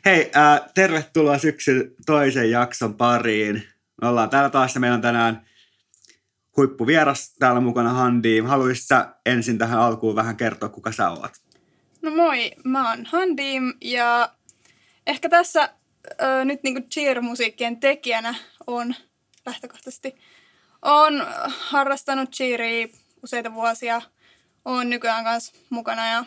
Hei, tervetuloa syksyn toisen jakson pariin. Me ollaan täällä taas ja meillä on tänään huippuvieras täällä mukana Handiim. Haluaisitko sä ensin tähän alkuun vähän kertoa, kuka sä oot? No moi, mä oon Handiim ja ehkä tässä nyt niinku cheer-musiikkien tekijänä on lähtökohtaisesti. Oon harrastanut cheeria useita vuosia, oon nykyään kanssa mukana ja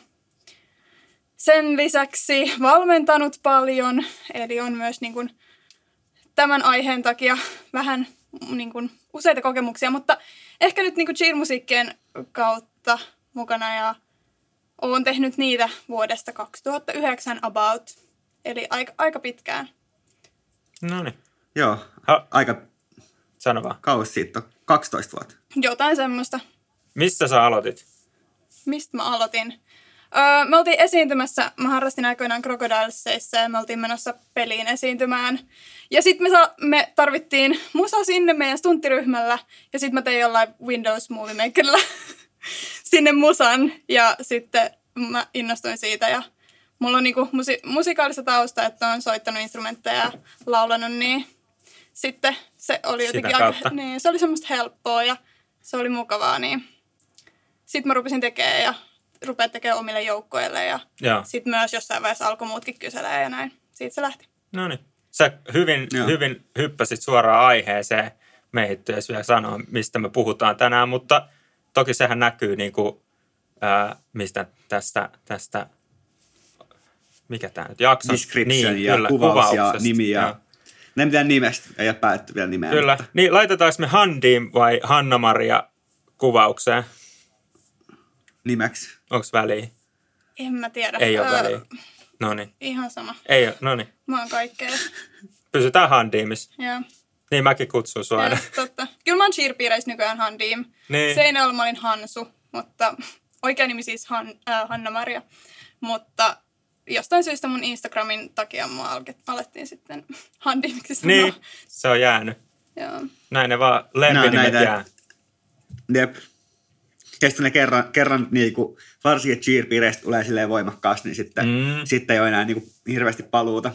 sen lisäksi valmentanut paljon, eli on myös niin kuin tämän aiheen takia vähän niin kuin useita kokemuksia, mutta ehkä nyt niin kuin cheer-musiikkien kautta mukana ja olen tehnyt niitä vuodesta 2009 about, eli aika pitkään. Noniin. Joo, aika sano vaan. kauas siitä on 12 vuotta. Jotain semmoista. Mistä sä aloitit? Mistä mä aloitin? Me oltiin esiintymässä, mä harrastin aikoinaan Crocodilesissa ja me oltiin menossa peliin esiintymään. Ja sitten me tarvittiin musa sinne meidän stunttiryhmällä ja sitten mä tein jollain Windows Movie Makerilla sinne musan ja sitten mä innostuin siitä ja mulla on niinku musikaalista tausta, että on soittanut instrumentteja ja laulanut, niin sitten se oli jotenkin aika, niin, se oli semmoista helppoa ja se oli mukavaa, niin sitten mä rupesin tekemään ja rupeat tekemään omille joukkoille ja sitten myös jossain vaiheessa alkoi muutkin kyselee ja näin. Siitä se lähti. No niin. Sä hyvin hyppäsit suoraan aiheeseen. Me ei edes vielä sanoa, mistä me puhutaan tänään, mutta toki sehän näkyy niin kuin, mistä tästä mikä tämä nyt jakso? Description niin, ja kyllä, kuvaus ja nimi ja ne mitään nimestä, ei ole päätty vielä nimeä. Kyllä. Mutta. Niin laitetaanko me Handiim vai Hanna-Maria kuvaukseen? Nimeksi. Onko väliä? En mä tiedä. Ei ole väliä. Noniin. Ihan sama. Ei ole, noniin. Mä oon kaikkea. Pysytään Handiimissa. Joo. Niin mäkin kutsun sua aina. Totta. Kyllä mä oon cheerpiireissä nykyään Handiim. Niin. Seinäjoella mä olin Hansu, mutta oikea nimi siis Hanna-Maria. Mutta jostain syystä mun Instagramin takia mua alettiin sitten Handiimiksi sanoa. Niin, se on jäänyt. Joo. Näin ne vaan lempinimet jää. Jep. Ja sitten ne kerran niinku, varsinkin cheerpiireistä tulee silleen voimakkaasti, niin sitten ei ole enää niinku hirveästi paluuta.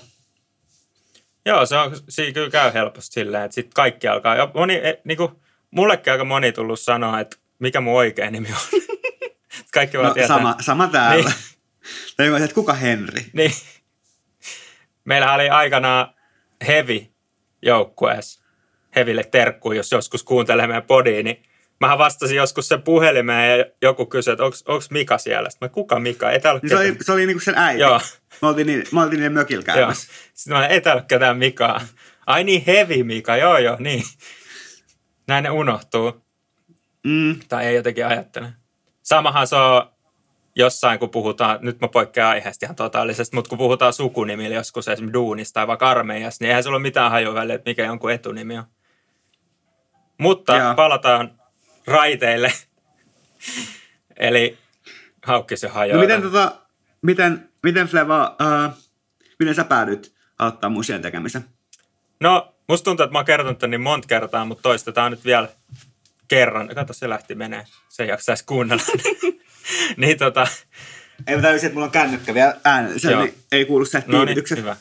Joo, siinä kyllä käy helposti silleen, että sitten kaikki alkaa. Ja niinku, mullekin aika moni tullut sanoa, että mikä mun oikea nimi on. Kaikki vaan tietää. Sama täällä. Niin. Tai joku, että kuka Henri? Niin. Meillä oli aikanaan Heavy-joukkueessa. Heaville terkkuu, jos joskus kuuntelee meidän podia, niin mähän vastasin joskus sen puhelimeen ja joku kysyi, että onko Mika siellä? Sitten mä, kuka Mika? Ei täällä niin se oli niinku sen äiti. Joo. Me oltiin niiden mökillä käymässä. Sitten mä ei täällä ole ketään Mikaa. Ai niin, Heavy Mika, joo, niin. Näin ne unohtuu. Tai ei jotenkin ajattele. Samahan se on jossain, kun puhutaan, nyt mä poikkean aiheesta ihan totaalisesti, mutta kun puhutaan sukunimillä joskus esimerkiksi duunista tai vaikka armeijassa, niin eihän sulla ole mitään hajua välillä, että mikä jonkun etunimi on. Mutta palataan raiteille. Eli Haukkisen hajoaa. No miten Fleva, miten sä päädyt aloittaa museon tekemisen? No, musta tuntuu, että mä oon kertonut tämän niin monta kertaa, mutta toistetaan nyt vielä kerran. Kato, se lähti menee. Se jaksaisi kuunnella. Niin Ei mä täysin, että mulla on kännykkä vielä äänellä. Ei kuulu se tiivitykset. Hyvä.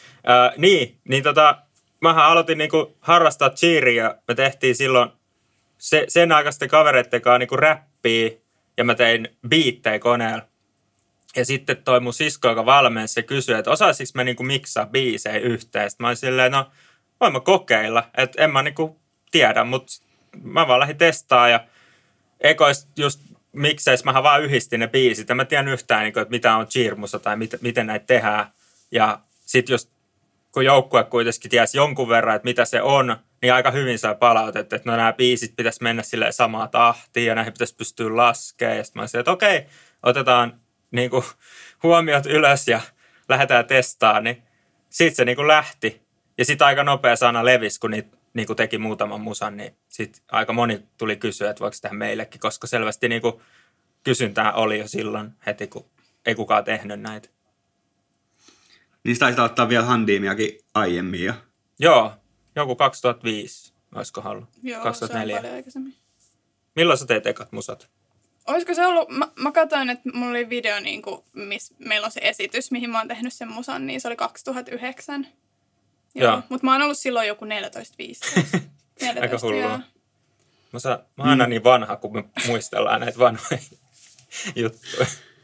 Mähän aloitin niinku harrastaa cheeria. Me tehtiin silloin sen aikaisten kavereitten kanssa niinku räppiä ja mä tein biittejä koneella. Ja sitten toi mun sisko, joka valmensi, se kysyi, että osaisinko mä niinku miksaa biisejä yhteen. Sitten mä olin silleen, no voin mä kokeilla. Että en mä niinku tiedä, mutta mä vaan lähdin testaamaan ja ekoista just mikseis mähän vaan yhdistin ne biisit. En mä tiedä yhtään, että mitä on cheermusa tai miten näitä tehdään. Ja sitten just kun joukkue kuitenkin tiesi jonkun verran, että mitä se on, niin aika hyvin sai palautetta, että no nämä biisit pitäisi mennä silleen samaa tahtiin ja näihin pitäisi pystyä laskemaan. Ja sitten mä olisin, että okei, otetaan niinku huomiot ylös ja lähdetään testaamaan. Niin sitten se niinku lähti. Ja sitten aika nopea sana levisi, kun niitä niinku teki muutaman musan, niin sitten aika moni tuli kysyä, että voiko tehdä meillekin, koska selvästi niinku kysyntää oli jo silloin heti, kun ei kukaan tehnyt näitä. Niin sitä taisi ottaa vielä Handiimiakin aiemmin jo. Joo, joku 2005, olisiko ollut? Joo, 2004. se on paljon aikaisemmin. Milloin sä teet ekat musat? Olisiko se ollut, mä katsoin, että mulla oli video, niin kuin, missä meillä on se esitys, mihin mä oon tehnyt sen musan, niin se oli 2009. Joo. Mutta mä oon ollut silloin joku 14-15. Aika hullua. Mä oon aina niin vanha, kun me muistellaan näitä vanhoja juttuja.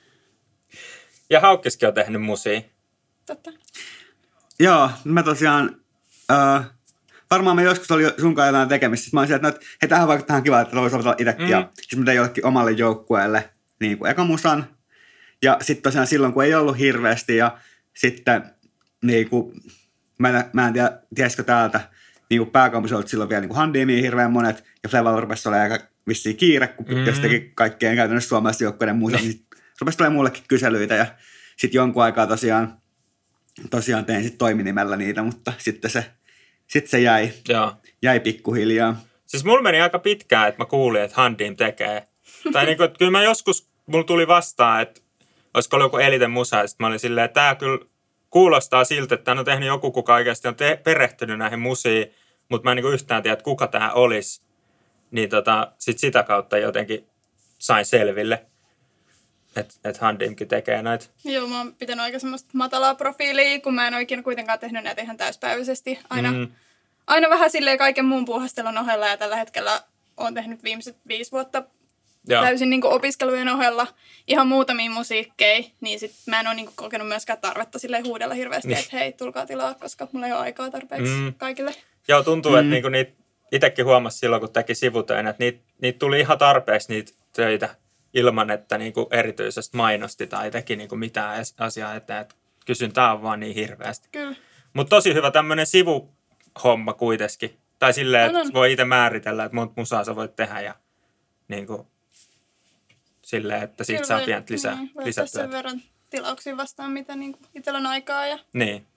Ja Haukkiskin on tehnyt musia. Totta. Joo, mä tosiaan... varmaan me joskus oli sunkaan jotain tekemistä. Mä olisin, että hei, tähän vaikka tähän kiva, että voisi opetella itsekin. Ja sitten mä tein jollekin omalle joukkueelle niin kuin eka musan. Ja sitten tosiaan silloin, kun ei ollut hirveästi. Ja sitten niin kuin, mä en tiedä, tiesikö täältä, niin kuin pääkaupunkiseudulta silloin vielä niin Handimia hirveän monet. Ja Flevalla rupesi olemaan aika vissiin kiire, kun jos teki kaikkien käytännössä suomalaisten joukkueiden musan. Niin rupesi tulemaan mullekin kyselyitä. Ja sitten jonkun aikaa tosiaan tein sitten toiminimellä niitä, mutta sitten se jäi pikkuhiljaa. Siis mulla meni aika pitkään, että mä kuulin, että Handim tekee. Tai niin kuin, että kyllä mä joskus, mulla tuli vastaan, että olisiko ollut joku Eliten musa, ja sitten mä olin silleen, että tää kyllä kuulostaa siltä, että tän on tehnyt joku, kuka oikeasti on perehtynyt näihin musiin, mutta mä en niin kuin yhtään tiedä, että kuka tää olisi. Niin sit sitä kautta jotenkin sain selville, että Handimkin tekee näitä. Joo, mä oon pitänyt aika semmoista matalaa profiilia, kun mä en oikein kuitenkaan tehnyt näitä ihan täyspäiväisesti. Aina vähän silleen kaiken muun puuhastelun ohella, ja tällä hetkellä oon tehnyt viimeiset 5 vuotta täysin niin kuin opiskelujen ohella ihan muutamia musiikkeja, niin sit mä en ole niin kuin kokenut myöskään tarvetta silleen huudella hirveästi, että hei, tulkaa tilaa, koska mulla ei ole aikaa tarpeeksi kaikille. Joo, tuntuu, että niinku niitä itsekin huomasi silloin, kun teki sivutöinä, että niitä tuli ihan tarpeeksi niitä töitä ilman, että niinku erityisesti mainosti tai teki niinku mitään asiaa eteen, että kysyntää on vaan niin hirveästi. Mutta tosi hyvä tämmöinen sivuhomma kuitenkin. Tai silleen, että voi itse määritellä, että monta musaa sä voit tehdä ja niinku silleen, että siitä saa pientä lisätyötä. Sen verran tilauksia vastaan, mitä niinku itsellä on aikaa ja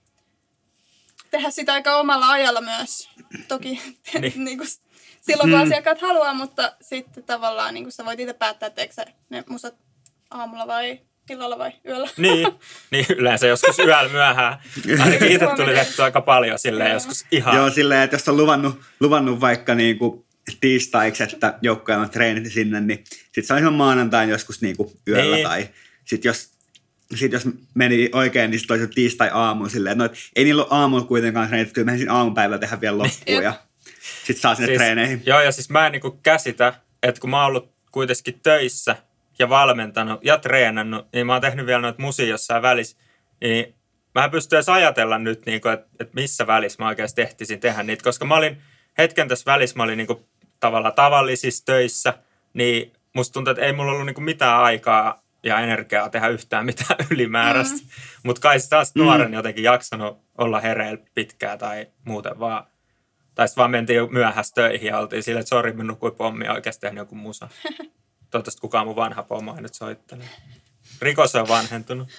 tehdä sitä aika omalla ajalla myös. Toki niinku silloin, kun asiakkaat haluaa, mutta sitten tavallaan niin sä voit itse päättää, että teekö sä ne musat aamulla vai illalla vai yöllä. Niin yleensä joskus yöllä myöhään. Ainakin itse tuli tehtyä aika paljon silleen joskus ihan. Joo, silleen, että jos on luvannut vaikka niinku tiistaiksi, että joukkoja on treenit sinne, niin sitten se on ihan maanantain joskus niinku yöllä. Tai sitten jos meni oikein, niin sitten olisi tiistai-aamulla silleen, että ei niillä ole aamulla kuitenkaan treenit, kyllä mehän siinä aamupäivällä tehdä vielä loppuun ja sitten saa sinne treeneihin. Joo, ja siis mä en niinku käsitä, että kun mä oon ollut kuitenkin töissä ja valmentanut ja treenannut, niin mä oon tehnyt vielä noita musia jossain välissä, niin mä pystyn edes ajatella nyt, niinku, että missä välissä mä oikeasti ehtisin tehdä niitä, koska mä olin hetken tässä välissä, mä olin niinku tavallaan tavallisissa töissä, niin musta tuntuu, että ei mulla ollut niinku mitään aikaa ja energiaa tehdä yhtään mitään ylimääräistä. Mutta kai se taas nuoren jotenkin jaksanut olla hereillä pitkään tai muuten vaan. Tai sitten vaan mentiin myöhässä töihin ja oltiin silleen, että sori, minun nukkui pommi ja oikeasti tehnyt joku musa. Toivottavasti kukaan mun vanha pomo ei nyt soittanut. Rikos on vanhentunut.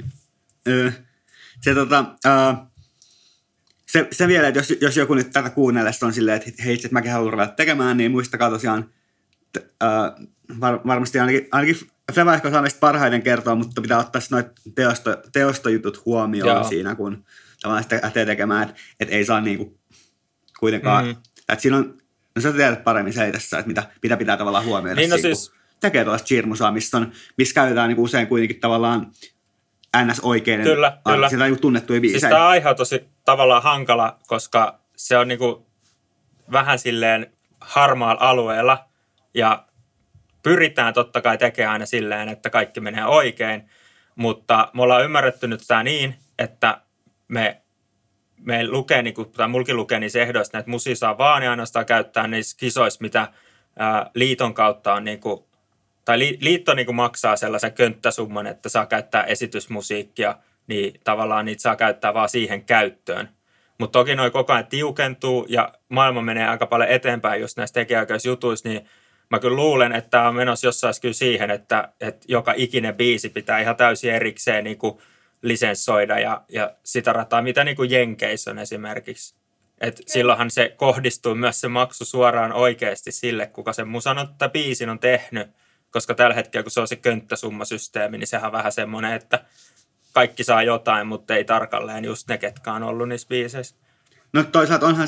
Se vielä, että jos joku nyt tätä kuunnellessa on silleen, että hei, että mäkin haluan ruveta tekemään, niin muistakaa tosiaan, varmasti ainakin Fleva ehkä osaa meistä parhaiten kertoa, mutta pitää ottaa noita teostojutut huomioon siinä, kun tavallaan sitä lähtee tekemään, että ei saa niinku kuitenkaan, että siinä on, no sä tiedät paremmin selitessä, että mitä pitää tavallaan huomioida niin, siinä, siis, kun tekee tuollaista cheer-musaa, missä käytetään niinku usein kuitenkin tavallaan NS-oikeinen, kyllä. Sitä on tunnettuja biisejä. Siis tämä aihe on tosi tavallaan hankala, koska se on niinku vähän silleen harmaalla alueella ja pyritään totta kai tekemään aina silleen, että kaikki menee oikein, mutta me ollaan ymmärretty nyt tämä niin, että me lukee, tai mulkin lukee niissä ehdoissa, että musia saa vaan ja ainoastaan käyttää niissä kisoissa, mitä liiton kautta on, tai liitto maksaa sellaisen könttäsumman, että saa käyttää esitysmusiikkia, niin tavallaan niitä saa käyttää vaan siihen käyttöön. Mutta toki noi koko ajan tiukentuu ja maailma menee aika paljon eteenpäin just näissä tekijäoikeusjutuissa, niin mä kyllä luulen, että tämä on menossa jossain kyllä siihen, että joka ikinen biisi pitää ihan täysin erikseen lisenssoida ja sitä rataa, mitä Jenkeissä on esimerkiksi. Et silloinhan se kohdistuu myös se maksu suoraan oikeasti sille, kuka sen musan tai biisin on tehnyt. Koska tällä hetkellä, kun se on se könttäsummasysteemi, niin sehän on vähän semmoinen, että kaikki saa jotain, mutta ei tarkalleen just ne, ketkä on ollut niissä biiseissä. No toisaalta onhan se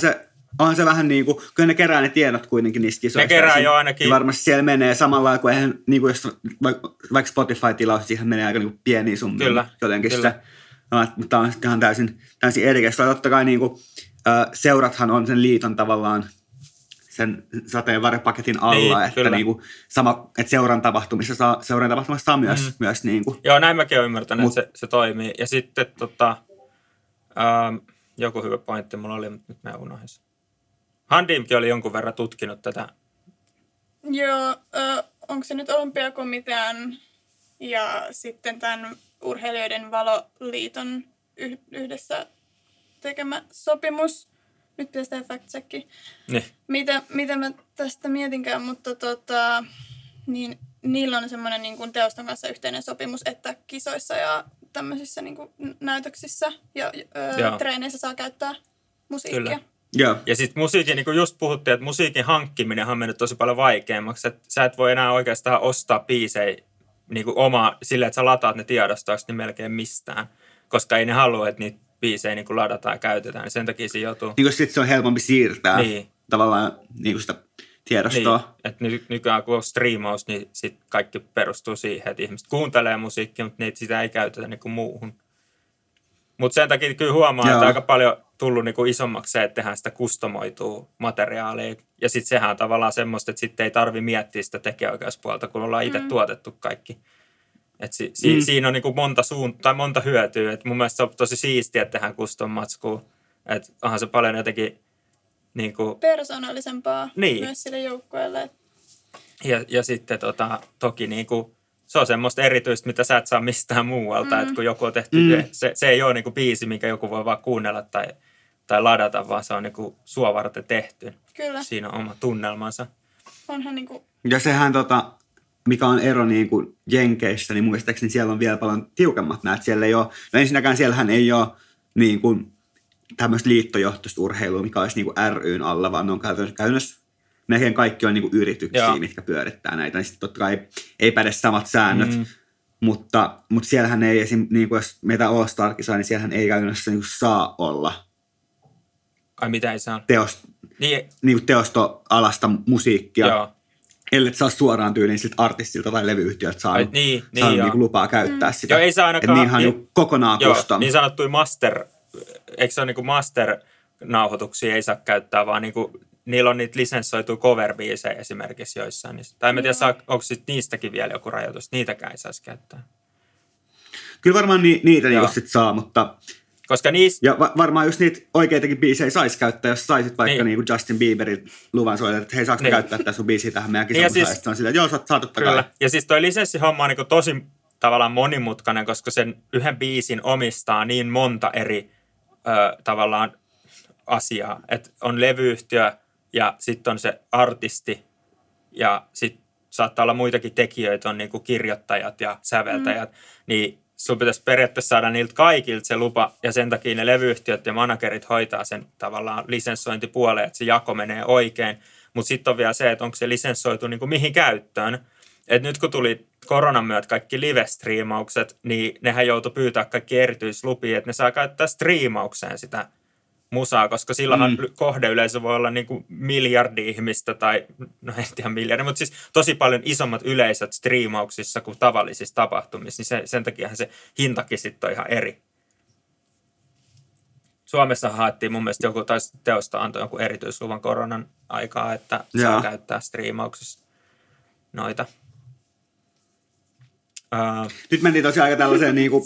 on se vähän niin kuin, kyllä ne kerää ne tiedot kuitenkin niistä kisoista. Ne kerää jo ainakin. Ja varmasti siellä menee samalla kuin eihän, niin kuin jos vaikka Spotify-tilaus, siihen menee aika niin kuin pieniä summia. Kyllä, jotenkin kyllä. se, mutta on ihan täysin eri kestoa. Totta kai niin kuin, seurathan on sen liiton tavallaan sen sateenvarjopaketin alla, Niin, että niin kuin, sama, että seuran tapahtumassa saa myös niin kuin. Joo, näin mäkin olen ymmärtänyt, että se toimii. Ja sitten joku hyvä pointti mulla oli, mutta nyt mä unohdin. Handimkin oli jonkun verran tutkinut tätä. Joo, onko se nyt Olympiakomitean ja sitten tämän Urheilijoiden valoliiton yhdessä tekemä sopimus? Nyt pitäisi tehdä fact-checki. Niin. Mitä mä tästä mietinkään, mutta niin niillä on semmoinen niin kuin teoston kanssa yhteinen sopimus, että kisoissa ja tämmöisissä niin kuin näytöksissä ja treeneissä saa käyttää musiikkia. Kyllä. Joo. Ja sitten musiikin, niin kuin just puhuttiin, että musiikin hankkiminen on mennyt tosi paljon vaikeammaksi. Että sä et voi enää oikeastaan ostaa biisejä niin kuin omaa, silleen, että sä lataat ne tiedostoiksi niin melkein mistään. Koska ei ne halua, että niitä biisejä niin kuin ladataan ja käytetään. Niin sen takia se joutuu. Niin kuin sitten se on helpompi siirtää tavallaan niin kuin sitä tiedostoa. Niin, että nykyään kun on striimaus, niin sit kaikki perustuu siihen, että ihmiset kuuntelee musiikkia, mutta sitä ei käytetä niin kuin muuhun. Mutta sen takia kyllä huomaa, että aika paljon tullut niin kuin isommaksi se, että tehdään sitä kustomoitua materiaalia. Ja sitten sehän on tavallaan semmoista, että sitten ei tarvitse miettiä sitä tekijäoikeuspuolta, kun ollaan itse tuotettu kaikki. Et siinä on niin kuin monta hyötyä. Et mun mielestä se on tosi siistiä, että tehdään custom-matskua. Että onhan se paljon jotenkin niin kuin persoonallisempaa myös sille joukkueelle. Ja sitten toki niin kuin, se on semmoista erityistä, mitä sä et saa mistään muualta. Että kun joku on tehty, se ei ole niin kuin biisi, minkä joku voi vaan kuunnella tai ladata, vaan se on niin kuin sua varten tehty. Kyllä. Siinä on oma tunnelmansa. Onhan niin kuin. Ja sehän mikä on ero niin kuin Jenkeissä, niin muistaakseni siellä on vielä paljon tiukemmat nämä. Siellä ei ole, no ensinnäkään siellähän ei ole niin kuin tämmöistä liittojohtoista urheilua, mikä olisi niin kuin ryn alla, vaan ne on käytännössä melkein kaikki on niin kuin yrityksiä, mitkä pyörittää näitä. Niin sitten totta kai ei päde samat säännöt, mutta siellähän ei esim. Niin kuin jos meitä All-Star-kisaa, niin siellähän ei käytännössä niin kuin saa olla Mitä ei saa? Niin kuin teostoalasta musiikkia. Joo. Ellei saa suoraan tyyliin siltä artistilta tai levyyhtiöltä saanut niinku lupaa käyttää sitä. Joo, ei saa ainakaan. Että niinhän on kokonaan custom. Niin sanottuja eikö se ole niinku master-nauhoituksia ei saa käyttää, vaan niinku, niillä on niitä lisenssoituja cover-biisejä esimerkiksi joissain. Tai en tiedä, onko niistäkin vielä joku rajoitus. Niitäkään ei saisi käyttää. Kyllä varmaan niitä niinku sit saa, mutta. Koska ja varmaan just niitä oikeitakin biisejä saisi käyttää, jos saisit vaikka niin kuin Justin Bieberin luvan soittaa, että hei, saako käyttää tätä sun biisiä tähän meidän kisamusaan? Ja sitten on silleen, että joo, saat totta kai. Ja siis toi lisenssihomma on niin tosi tavallaan monimutkainen, koska sen yhden biisin omistaa niin monta eri tavallaan asiaa. Että on levyyhtiö ja sitten on se artisti ja sitten saattaa olla muitakin tekijöitä, on niin kuin kirjoittajat ja säveltäjät, niin sun pitäisi periaatteessa saada niiltä kaikilta se lupa, ja sen takia ne levyyhtiöt ja managerit hoitaa sen tavallaan lisenssointipuoleen, että se jako menee oikein. Mutta sitten on vielä se, että onko se lisenssoitu niin kuin mihin käyttöön. Et nyt kun tuli koronan myötä kaikki live-striimaukset, niin nehän joutui pyytää kaikki erityislupia, että ne saa käyttää striimaukseen sitä musaa, koska silloinhan kohdeyleisö voi olla niin kuin miljardi ihmistä tai, no en tiedä miljardi, mutta siis tosi paljon isommat yleisöt striimauksissa kuin tavallisissa tapahtumissa, niin sen takiahan se hintakin sitten on ihan eri. Suomessa haettiin mun mielestä joku, tai teosta antoi jonkun erityisluvan koronan aikaa, että saa käyttää striimauksissa noita. Nyt mentiin tosiaan aika tällaiseen niinku,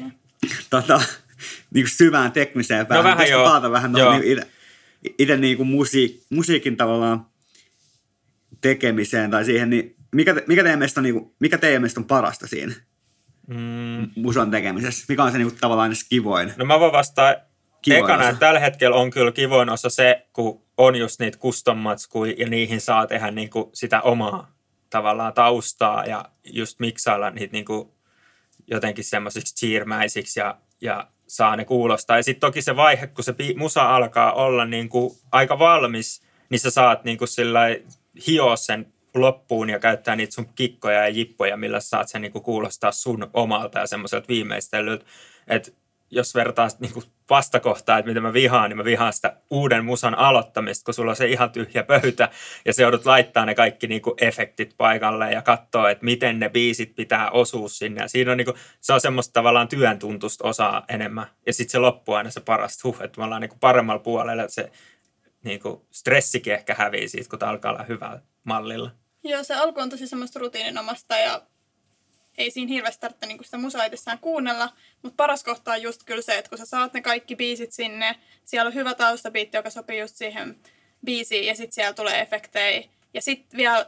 niin kuin syvään tekniseen päähän. No vähän joo. Paata vähän itse niin musiikin tavallaan tekemiseen tai siihen, niin mikä teidän mielestä on parasta siinä musan tekemisessä? Mikä on se niin kuin, tavallaan kivoin? No mä voin vastaa ekana, että tällä hetkellä on kyllä kivoin osa se, kun on just niitä custom-matskuja ja niihin saa tehdä niin kuin sitä omaa tavallaan taustaa ja just miksailla niitä niin kuin jotenkin semmoisiksi cheermäisiksi ja saa ne kuulostaa. Ja sitten toki se vaihe, kun se musa alkaa olla niin kuin aika valmis, niin sä saat niin kuin hioa sen loppuun ja käyttää niitä sun kikkoja ja jippoja, millä saat sen niin kuin kuulostaa sun omalta ja semmoiselta viimeistellyltä. Että jos vertaa niin vastakohtaa, että mitä mä vihaan, niin mä vihaan sitä uuden musan aloittamista, kun sulla on se ihan tyhjä pöytä ja se joudut laittaa ne kaikki niin kuin efektit paikalle ja katsoa, että miten ne biisit pitää osua sinne. Ja siinä on niin kuin, se on semmoista tavallaan työn tuntusta osaa enemmän. Ja sitten se loppuu aina se parasta, että me ollaan niin kuin paremmalla puolella, että se niin kuin stressikin ehkä hävii siitä, kun tämä alkaa olla hyvällä mallilla. Joo, se alku on tosi semmoista rutiininomasta ja ei siinä hirveästi tarvitse niinku sitä musaa itsessään kuunnella, mutta paras kohta on just kyllä se, että kun sä saat ne kaikki biisit sinne, siellä on hyvä taustabiitti, joka sopii just siihen biisiin ja sitten siellä tulee efektejä. Ja sitten vielä,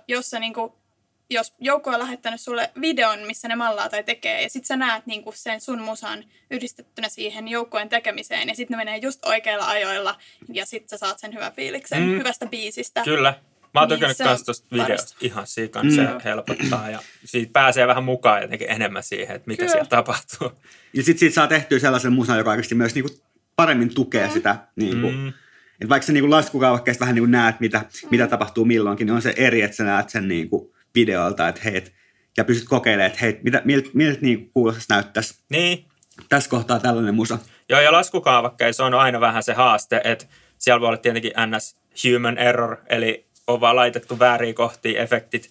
jos joukko on lähettänyt sulle videon, missä ne mallaa tai tekee, ja sitten sä näet niinku sen sun musan yhdistettynä siihen joukkojen tekemiseen, ja sitten ne menee just oikeilla ajoilla, ja sitten sä saat sen hyvän fiiliksen hyvästä biisistä. Kyllä. Mä oon tykännyt Niin, myös tuosta videosta ihan sikan, se helpottaa ja siitä pääsee vähän mukaan jotenkin enemmän siihen, että mitä siellä tapahtuu. Ja sitten siitä saa tehtyä sellaisen musan, joka oikeasti myös niinku paremmin tukee sitä. Niinku, että vaikka sä niinku laskukaavakkeesta vähän niinku näet, mitä tapahtuu milloinkin, niin on se eri, että sä näet sen niinku videolta, että hei, ja pystyt kokeilemaan, että hei, miltä niinku kuulostus näyttäisi. Niin. Tässä kohtaa tällainen musa. Joo, ja laskukaavakkeissa on aina vähän se haaste, että siellä voi olla tietenkin ns. Human error, eli on vaan laitettu vääriä kohtia efektit,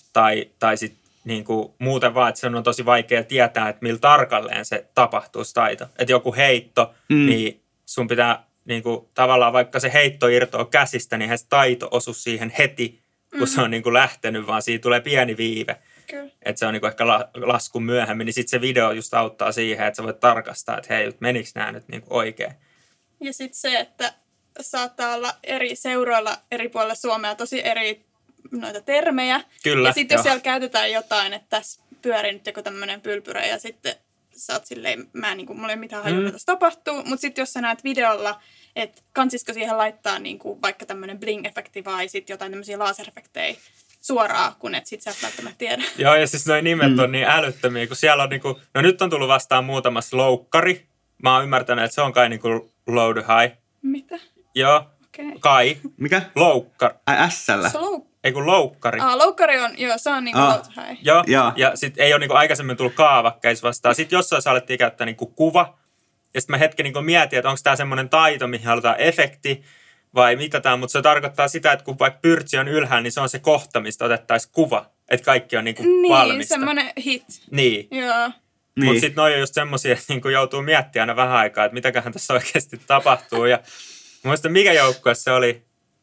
tai sitten niinku muuten vaan, että se on tosi vaikea tietää, että millä tarkalleen se tapahtuu se taito. Että joku heitto, niin sun pitää niinku, tavallaan vaikka se heitto irtoaa käsistä, niin se taito osu siihen heti, kun se on niinku lähtenyt, vaan siitä tulee pieni viive. Että se on niinku ehkä lasku myöhemmin, niin sitten se video just auttaa siihen, että sä voit tarkastaa, että hei, menikö nämä nyt niinku oikein. Ja sitten se, että saattaa olla eri seuroilla eri puolilla Suomea tosi eri noita termejä. Kyllä, ja sitten jos siellä käytetään jotain, että tässä pyörii nyt joku tämmöinen pylpyrä ja sitten sä oot silleen, mulla ei ole mitään hajua, tässä tapahtuu. Mutta sitten jos sä näet videolla, että kansisko siihen laittaa niinku vaikka tämmöinen bling-efekti vai sitten jotain tämmöisiä laserefektejä suoraan, kun et sit sä et välttämättä tiedä. Joo, ja siis noi nimet on niin älyttömiä, kun siellä on niinku, no nyt on tullut vastaan muutamas loukkari. Mä oon ymmärtänyt, että se on kai niinku load high. Mitä? Joo, kai. Mikä? Loukkari. S-llä. Ei kun loukkari. Loukkari on, joo, se on niinku load high. Joo, ja sit ei ole niinku aikaisemmin tullut kaavakkeissa vastaan. Sitten jossain alettiin käyttää niinku kuva. Ja sitten mä hetken niinku mietin, että onko tää semmoinen taito, mihin halutaan efekti vai mitä tää on. Mutta se tarkoittaa sitä, että kun vaikka pyrtsi on ylhäällä, niin se on se kohta, mistä otettaisiin kuva. Että kaikki on niinku valmista. Niin, semmoinen hit. Niin. Joo. Niin. Mutta sitten noi on just semmosia, että niinku joutuu miettimään aina vähän aikaa, että mitäköhän tässä oikeasti tapahtuu. Ja muistan, mikä joukkue se oli.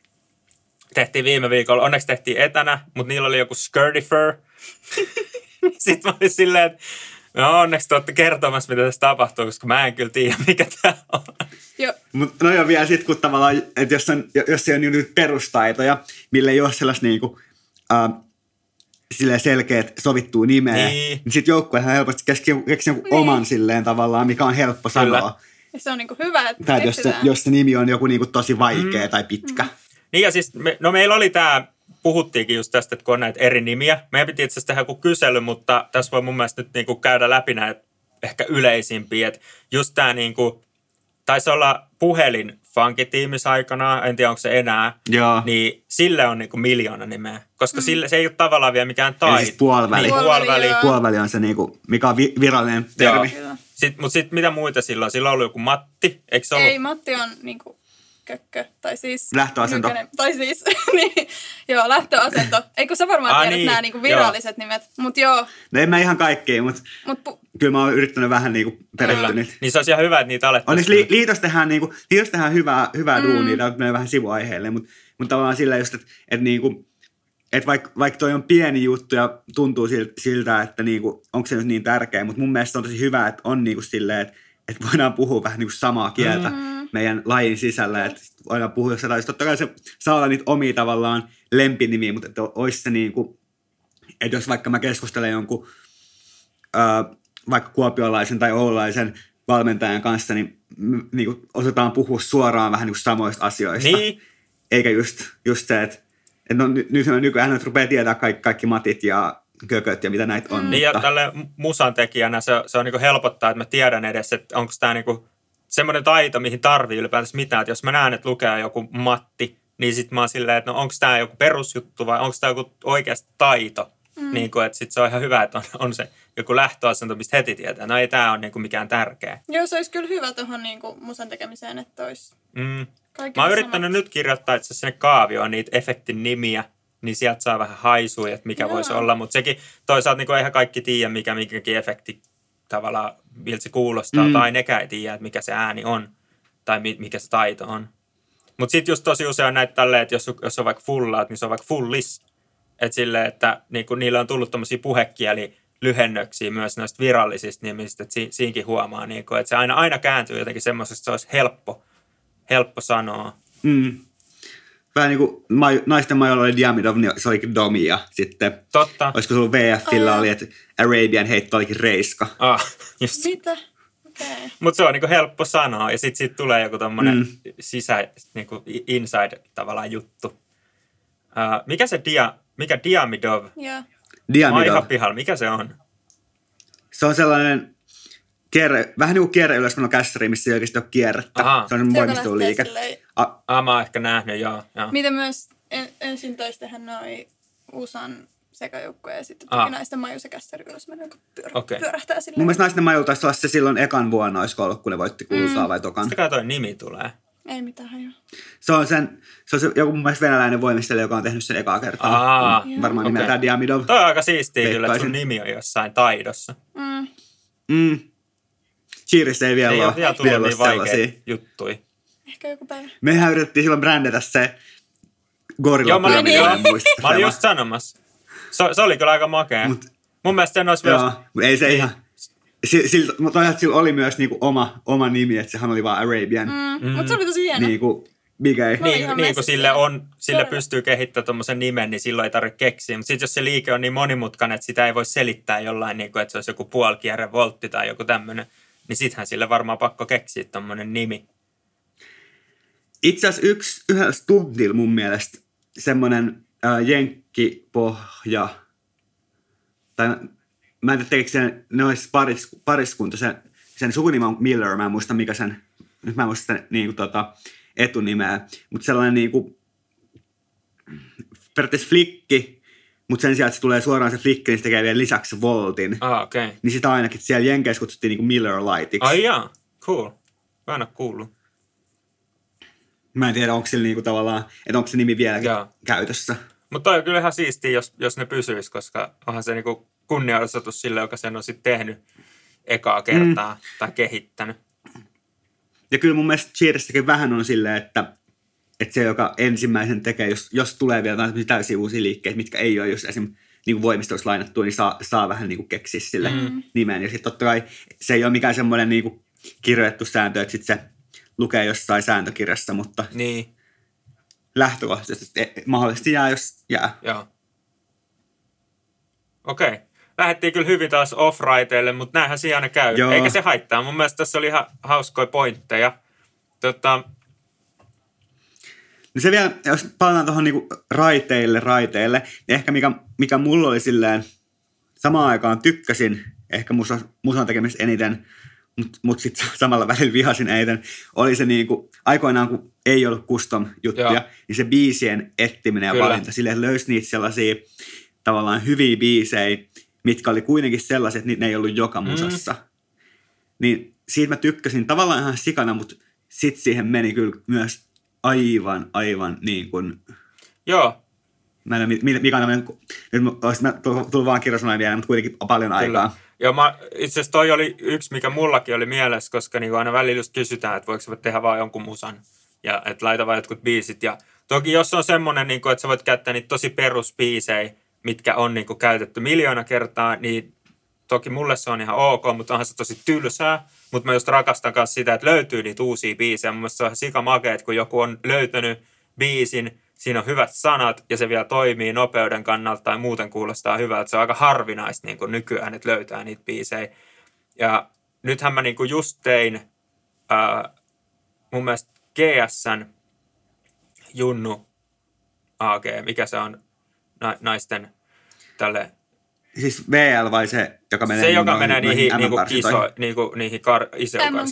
Tehtiin viime viikolla. Onneksi tehtiin etänä, mutta niillä oli joku Skirtifer. Sitten mä olin silleen, että no onneksi te olette kertomassa, mitä tässä tapahtuu, koska mä en kyllä tiedä, mikä tää on. Mutta no on vielä sitten, kun tavallaan, että jos se on nyt perustaitoja, millä ei ole sellaista niinku, selkeät sovittua nimeä, niin sitten joukkuehan helposti keksi jonkun oman silleen tavallaan, mikä on helppo sanoa. Ja se on niinku hyvä, että tai jos se nimi on joku niinku tosi vaikea tai pitkä. Niin ja siis, meillä oli puhuttiinkin just tästä, että kun on näitä eri nimiä. Meidän piti itse asiassa tehdä joku kysely, mutta tässä voi mun mielestä nyt niinku käydä läpi näitä ehkä yleisimpiä. Että just tämä niinku, taisi olla puhelin funkitiimissä aikanaan, en tiedä onko se enää, niin sille on niinku 1,000,000 nimeä. Koska sille, se ei ole tavallaan vielä mikään taito. Eli siis puoliväli. Niin, puoliväli on se, niinku, mikä on virallinen termi. Mutta sitten mitä muita silloin? Silloin oli joku Matti, eikö se ollut? Ei, Matti on niinku kökkö, tai siis lähtöasento. Tai siis, niin, joo, lähtöasento. Eikö sä varmaan tiedät nämä niinku viralliset nimet, mutta joo. No en mä ihan kaikkia, mutta kyllä mä oon yrittänyt vähän niinku perehtyä nyt. Niin se olisi ihan hyvä, että niitä alettaisiin. Onneksi liitos tehdään hyvää duunia, tämä menee vähän sivuaiheelle, mutta tavallaan sillä just, että niinku, että vaikka toi on pieni juttu ja tuntuu siltä, että niinku, onko se nyt niin tärkeä, mutta mun mielestä on tosi hyvä, että on niinku silleen, että voidaan puhua vähän niinku samaa kieltä meidän lajin sisällä, että voidaan puhua jossain. Totta kai se saa olla niitä omia tavallaan lempinimiä, mutta että olisi se niinku, että jos vaikka mä keskustelen jonkun vaikka kuopiolaisen tai oulaisen valmentajan kanssa, niin niinku osataan puhua suoraan vähän niinku samoista asioista. Niin. Eikä just se, että no, nykyään rupeaa tietää kaikki matit ja kököt ja mitä näitä on. Niin, ja tälle musan tekijänä se on niinku helpottaa, että mä tiedän edes, että onko tämä niinku semmoinen taito, mihin tarvii ylipäätänsä mitään. Että jos mä näen, että lukee joku Matti, niin sit mä oon silleen, että no onko tämä joku perusjuttu vai onko tämä joku oikeasti taito, Niin kuin, että sit se on ihan hyvä, että on se joku lähtöasento, mistä heti tietää. No ei tää ole niin kuin mikään tärkeä. Joo, se olisi kyllä hyvä tuohon niinku musan tekemiseen, että olisi kaikki Mä oon samat. yrittänyt nyt kirjoittaa, että sinne kaavioon niitä efektin nimiä, niin sieltä saa vähän haisua, että mikä voisi olla. Mutta sekin toisaalta niin eihän kaikki tiedä, mikäkin efekti tavallaan, miltä se kuulostaa. Tai nekään ei tiedä, että mikä se ääni on. Tai mikä se taito on. Mutta sitten just tosi usein on näitä tälleen, että jos on vaikka fullaat, niin se on vaikka fullis. Että silleen, että niinku, niillä on tullut tommosia puhekielilyhennöksiä myös noista virallisista nimistä. Että siinäkin huomaa, niinku, että se aina kääntyy jotenkin semmoisesta, että se olisi helppo sanoa. Vähän niin kuin naisten majoilla oli Diamidov, niin se olikin Domi ja sitten Totta. olisiko se ollut VFillä oli, että Arabian heitto olikin Reiska. Just. Mitä? Okay. Mutta se on niinku helppo sanoa ja sitten siitä tulee joku tommonen niinku inside tavallaan juttu. Mikä Diamidov? Joo. Diamidov. Mä oon ihan pihalla. Mikä se on? Se on sellainen vähän niin kuin kierre ylösmeno kässäri, missä ei oikeasti ole kierrettä. Aha. Se on voimisteluliike. Mä oon ehkä nähnyt, joo. Mitä myös ensin taisi tehdä noi USAn sekajoukkoja ja sitten tuli naisten maju se kässäri ylösmeno, joka pyörähtää silleen. Mun mielestä naisten maju taisi olla se silloin ekan vuonna, olisiko ollut, kun ne voitti kultaa vai tokan. Sitten toi nimi tulee. Ei mitään hajua. Se on joku mun mielestä venäläinen voimistelija, joka on tehnyt sen ekaa kertaa. Varmaan nimeltään Diamidov. Toi on aika siistiä kyllä, että sun nimi on jossain taidossa. Cheerissä ei vielä ole. Ei ole tullut niin vaikeita juttuja. Ehkä joku päivä. Mehän yritettiin silloin brändätä se gorilla. Joo, mä olin just sanomassa. Se oli kyllä aika makea. Mun mielestä sen olisi myös... Mutta ei se ihan... Mutta sillä oli myös niinku oma nimi, että sehän oli vaan Arabian. Mutta se oli tosi hieno. Niinku Big A. Niin kun sille pystyy kehittämään tommosen nimen, niin silloin ei tarvitse keksiä. Mutta sitten jos se liike on niin monimutkainen, että sitä ei voi selittää jollain, niin kuin, että se olisi joku puolikierre voltti tai joku tämmöinen, niin sittenhän sille varmaan pakko keksiä tommonen nimi. Itse asiassa yhdellä stuntilla mun mielestä semmoinen jenkkipohja, tai mä en tiedä, teikö ne olisi pariskunta, sen sukunimi on Miller, mä en muista mikä sen, nyt mä en muista sen niin kuin, etunimeä, mutta sellainen niin kuin, periaatteessa flikki, mutta sen sijaan, että se tulee suoraan se flikki, niin se tekee vielä lisäksi voltin. Okay. Niin sitä ainakin siellä jenkeissä kutsuttiin niin kuin Miller Lightiksi. Ai jaa, cool. Mä en ole kuullut. Mä en tiedä, onko sillä niinku tavallaan, että onko se nimi vieläkin käytössä. Mutta toi on kyllä ihan siistiä, jos ne pysyisi, koska onhan se niinku kunnianosoitus sille, joka sen on sitten tehnyt ekaa kertaa tai kehittänyt. Ja kyllä mun mielestä Cheerissäkin vähän on silleen, että se, joka ensimmäisen tekee, jos tulee vielä täysin uusia liikkeitä, mitkä ei ole just esimerkiksi niin voimistelussa lainattua, niin saa vähän niin kuin keksiä sille nimen. Ja sitten totta kai se ei ole mikään semmoinen niin kuin kirjoitettu sääntö, että sitten se lukee jossain sääntökirjassa, mutta lähtökohtaisesti mahdollisesti jää, jos jää. Joo. Okei. Lähdettiin kyllä hyvin taas off-raiteille, mutta näinhän siinä aina käy. Joo. Eikä se haittaa. Mun mielestä tässä oli ihan hauskoja pointteja. No se vielä, jos palataan tuohon niinku raiteille, niin ehkä mikä mulla oli silleen, samaan aikaan tykkäsin ehkä musan tekemistä eniten, mutta sitten samalla välillä vihasin eniten, oli se niinku, aikoinaan kun ei ollut custom-juttuja, niin se biisien etsiminen ja valinta, silleen löysi niitä sellaisia tavallaan hyviä biisejä, mitkä oli kuitenkin sellaiset, että ne ei ollut joka musassa. Niin siitä mä tykkäsin tavallaan ihan sikana, mutta sitten siihen meni kyllä myös aivan niin kuin... Joo. Mä en tiedä, mikä on tämmöinen... Nyt mä tullut vaan kirjasanoja vielä, mutta kuitenkin paljon aikaa. Joo, itse asiassa toi oli yksi, mikä mullakin oli mielessä, koska niin aina välillä just kysytään, että voiko sä tehdä vaan jonkun musan. Ja että laita vaan jotkut biisit. Ja toki jos on semmoinen, niin että sä voit käyttää niitä tosi perusbiisejä, mitkä on niin kuin käytetty 1,000,000 kertaa, niin toki mulle se on ihan ok, mutta onhan se tosi tylsää. Mutta mä just rakastan myös sitä, että löytyy niitä uusia biisejä. Mun mielestä se on ihan sikamakea, että kun joku on löytänyt biisin, siinä on hyvät sanat ja se vielä toimii nopeuden kannalta tai muuten kuulostaa hyvältä. Se on aika harvinaista niin kuin nykyään, että löytää niitä biisejä. Ja nythän mä niin kuin just tein mun mielestä GS:n Junnu AG, mikä se on naisten tälle... Siis VL vai se, joka menee... Se, joka menee niihin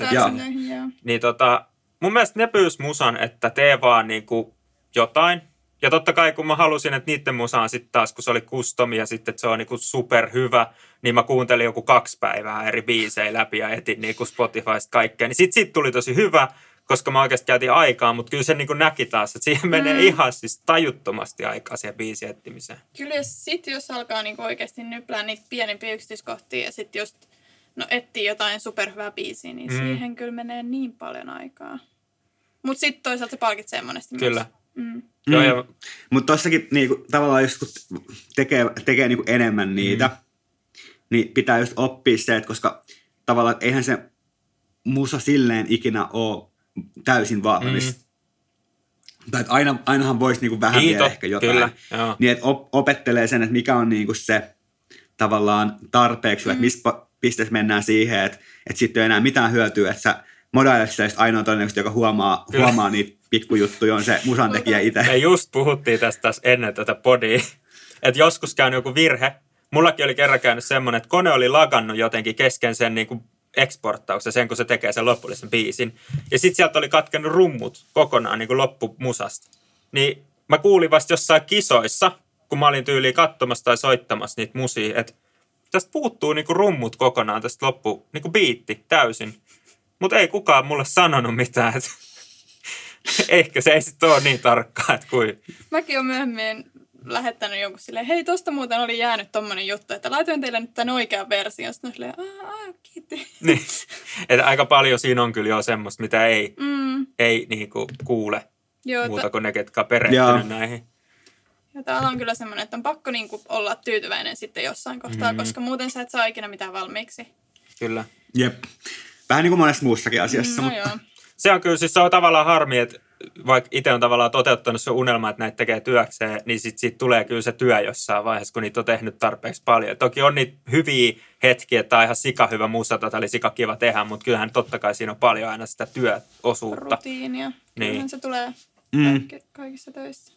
iseukarsiin. Niin mun mielestä ne pyysi musan, että tee vaan niinku jotain. Ja totta kai, kun mä halusin, että niiden musa on sitten taas, kun se oli custom ja sitten että se on niinku superhyvä, niin mä kuuntelin joku 2 päivää eri biisejä läpi ja etin niinku Spotifysta kaikkea. Niin sitten siitä tuli tosi hyvä, koska mä oikeasti käytin aikaa, mutta kyllä se niinku näki taas, että siihen menee ihan siis tajuttomasti aikaa siihen biisin etsimiseen. Kyllä, ja sitten jos alkaa niinku oikeasti nyplää niitä pienempiä yksityiskohtia ja sitten just etsii jotain superhyvää biisiä, niin siihen kyllä menee niin paljon aikaa. Mutta sitten toisaalta se palkitsee monesti Kyllä. myös. Joo, Mutta tossakin niinku, tavallaan just kun tekee niinku enemmän niitä, niin pitää just oppia se, että koska tavallaan eihän se musa silleen ikinä ole täysin valmis. Tai että ainahan voisi niinku vähän vielä ehkä jotain. Kyllä, niin että opettelee sen, että mikä on niinku se tavallaan tarpeeksi, että missä pisteessä mennään siihen, että sitten ei enää mitään hyötyä, että sä modailet sitä ainoa todennäköisesti, joka huomaa niitä pikkujuttuja, on se musantekijä itse. Me just puhuttiin tästä ennen tätä podia, että joskus käynyt joku virhe. Mullakin oli kerran käynyt semmoinen, että kone oli lagannut jotenkin kesken sen niin kuin eksporttauksen, sen kun se tekee sen lopullisen biisin. Ja sitten sieltä oli katkennut rummut kokonaan niin kuin loppumusasta. Niin mä kuulin vasta jossain kisoissa, kun mä olin tyyliin katsomassa tai soittamassa niitä musia, että tästä puuttuu niin kuin rummut kokonaan, tästä loppu, niin kuin biitti täysin. Mutta ei kukaan mulle sanonut mitään, että ehkä se ei sitten ole niin tarkkaa, että kuin. Mäkin olen myöhemmin lähettänyt jonkun silleen, hei, tosta muuten oli jäänyt tommonen juttu, että laitoin teille nyt tämän oikean version. Sitten on silleen, kiitti. Niin, että aika paljon siinä on kyllä jo semmoista, mitä ei niinku kuule muuta kuin ne, ketkä on perehtynyt näihin. Ja täällä on kyllä semmoinen, että on pakko niinku olla tyytyväinen sitten jossain kohtaa, koska muuten sä et saa ikinä mitään valmiiksi. Kyllä. Jep. Vähän niin kuin monessa muussakin asiassa. No joo. Se on kyllä, siis se on tavallaan harmi, että vaikka itse on tavallaan toteuttanut se unelma, että näitä tekee työkseen, niin sitten siitä tulee kyllä se työ jossain vaiheessa, kun niitä on tehnyt tarpeeksi paljon. Toki on niitä hyviä hetkiä, että on ihan sikahyvä musa, tai oli sikakiva tehdä, mutta kyllähän totta kai siinä on paljon aina sitä työosuutta. Rutiinia. Niin. Kyllähän se tulee kaikissa töissä.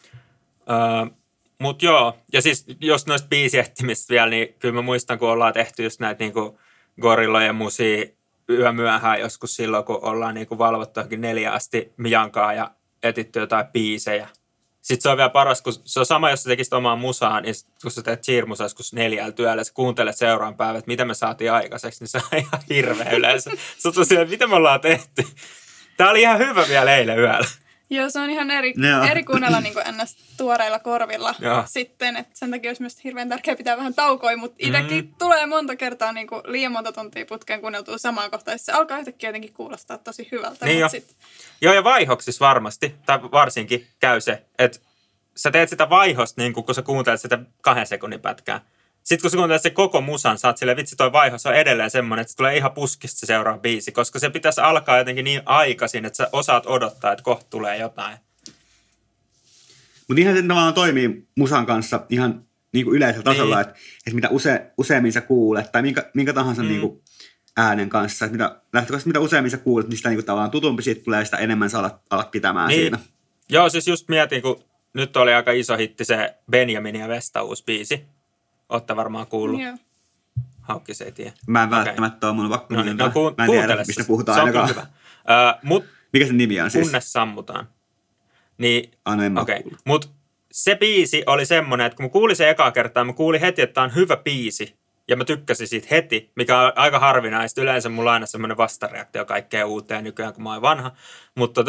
Mutta joo, ja siis jos noista biisiehtimistä vielä, niin kyllä mä muistan, kun ollaan tehty just näitä niinku gorillojen musia yömyöhään joskus silloin, kun ollaan niinku valvottu johonkin 4 asti Miankaa ja etitty jotain biisejä. Sitten se on vielä paras, kun se on sama, jos sä tekisit omaa musaa, niin kun sä teet cheer-musaa joskus 4 työllä, sä kuuntelet seuraavan päivän, että mitä me saatiin aikaiseksi, niin se on ihan hirveä yleensä. Sä oot tosiaan, että mitä me ollaan tehty. Tää oli ihan hyvä vielä eilen yöllä. Joo, se on ihan eri kuunnella niin kuin ns. Tuoreilla korvilla sitten, että sen takia olisi myös hirveän tärkeää pitää vähän taukoja, mutta itsekin tulee monta kertaa niin kuin liian monta tuntia putkeen kuunneltua samaan kohtaan, se alkaa yhtäkkiä jotenkin kuulostaa tosi hyvältä. Niin joo, ja vaihoksissa varmasti, tai varsinkin käy se, että sä teet sitä vaihosta, niin kun sä kuuntelet sitä 2 sekunnin pätkää. Sitten kun sä kuuntelet se koko musan, sä oot silleen, vitsi toi vaihos on edelleen semmoinen, että se tulee ihan puskista se seuraava biisi, koska se pitäisi alkaa jotenkin niin aikaisin, että sä osaat odottaa, että kohta tulee jotain. Mutta ihan se tavallaan toimii musan kanssa ihan niin kuin yleisellä tasolla, että mitä useammin sä kuulet, tai minkä tahansa niin kuin äänen kanssa, että lähtökohtaisesti mitä useammin sä kuulet, niin sitä niin kuin tavallaan tutumpi siitä tulee, sitä enemmän sä alat pitämään siinä. Joo, siis just mietin, kun nyt oli aika iso hitti se Benjamin ja Vesta uusi biisi. Ootte varmaan kuullut. Joo. Haukkis ei tiedä. Mä en välttämättä ole, mun pakko mä en tiedä, mistä puhutaan ainakaan. Se on hyvä. Mikä se nimi on siis? Kunnes sammutaan. Niin, okei. Mutta se biisi oli semmoinen, että kun mä kuulin sen ekaa kertaa, mä kuulin heti, että tää on hyvä biisi. Ja mä tykkäsin siitä heti, mikä on aika harvinaista. Yleensä mulla on aina semmoinen vastareaktio kaikkeen uuteen nykyään, kun mä oon vanha. Mutta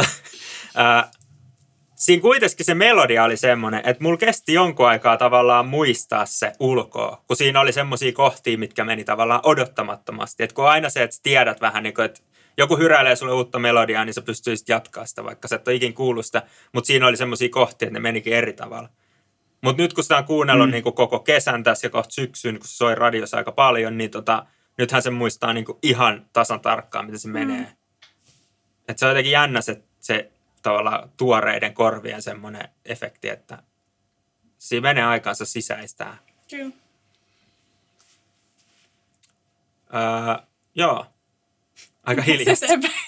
siinä kuitenkin se melodia oli semmoinen, että mulla kesti jonkun aikaa tavallaan muistaa se ulkoa, kun siinä oli semmoisia kohtia, mitkä meni tavallaan odottamattomasti. Että kun aina se, että sä tiedät vähän, niin kuin, että joku hyräilee sulle uutta melodiaa, niin sä pystyisit jatkaa sitä, vaikka sä et ole ikin kuullut sitä. Mutta siinä oli semmoisia kohtia, että ne menikin eri tavalla. Mutta nyt kun sitä on kuunnellut niin kuin koko kesän tässä ja kohta syksyn, kun se soi radiossa aika paljon, niin nythän se muistaa niin kuin ihan tasan tarkkaan, miten se menee. Että se on jotenkin jännä se tavallaan tuoreiden korvien semmoinen efekti, että siinä menee aikansa sisäistää. Kyllä. Joo. Aika hiljaista.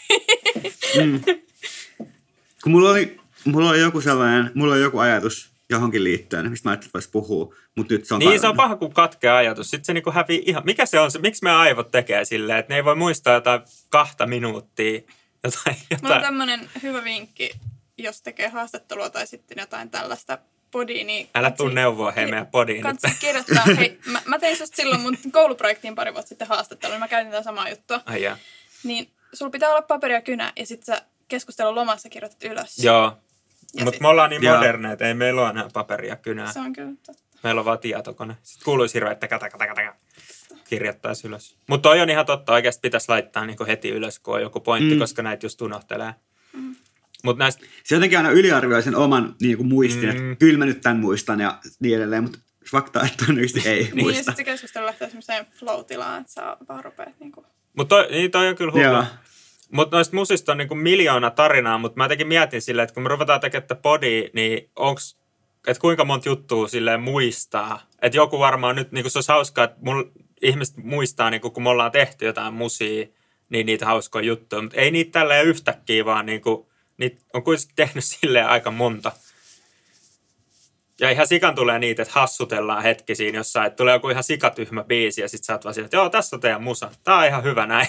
Kun mulla oli joku sellainen, mulla oli joku ajatus johonkin liittyen, mistä mä ajattelin, että voisi puhua, mutta nyt se on niin, se on paha, kun katkea ajatus. Sitten se niinku hävii ihan. Mikä se on se? Miksi meidän aivot tekee silleen, että ne ei voi muistaa jotain 2 minuuttia? Jotain. Mulla on tämmönen hyvä vinkki jos tekee haastattelua tai sitten jotain tällaista podia, niin... Älä tuu neuvoa hei meidän podiin. Kannattaa kirjoittaa. Hei, mä tein susta silloin mun kouluprojektiin pari vuotta sitten haastattelun. Mä käytin tätä samaa juttua. Ai jaa. Niin sulla pitää olla paperi ja kynä ja sit sä keskustelun lomassa kirjoitat ylös. Joo. Mutta sit- me ollaan niin moderneja, että ei meillä ole enää paperia kynää. Se on kyllä totta. Meillä on vaan tietokone. Sitten kuuluisi hirveä, että taka. Kirjattaisi ylös. Mutta toi on ihan totta. Oikeasti pitäisi laittaa niinku heti ylös, kun on joku pointti, koska näitä just unohtelee. Mut näistä... Se jotenkin aina yliarvioi sen oman niin kuin muistin, että kyllä mä nyt tämän muistan ja niin edelleen, mutta fakta, että todennäköisesti ei Niin, ja muista. sitten se keskustelu lähtee semmoiseen flow-tilaan, että sä vaan rupeat niinku... Mutta toi on kyllä Joo. hullu. Mutta noista musista on niinku miljoona tarinaa, mutta mä jotenkin mietin silleen, että kun me ruvetaan tekemään podia, niin onks, että kuinka monta juttua silleen muistaa. Että joku varmaan nyt, niinku se olisi hauskaa, että ihmiset muistaa, niinku, kun me ollaan tehty jotain musia, niin niitä hauskoja juttuja. Mutta ei niitä tälleen yhtäkkiä, vaan niinku, niitä on kuitenkin tehnyt silleen aika monta. Ja ihan sikan tulee niitä, että hassutellaan hetki siinä jossain, että tulee joku ihan sikatyhmä biisi ja sit sä oot vaan silleen, että joo, tässä on teidän musa. Tää on ihan hyvä näin.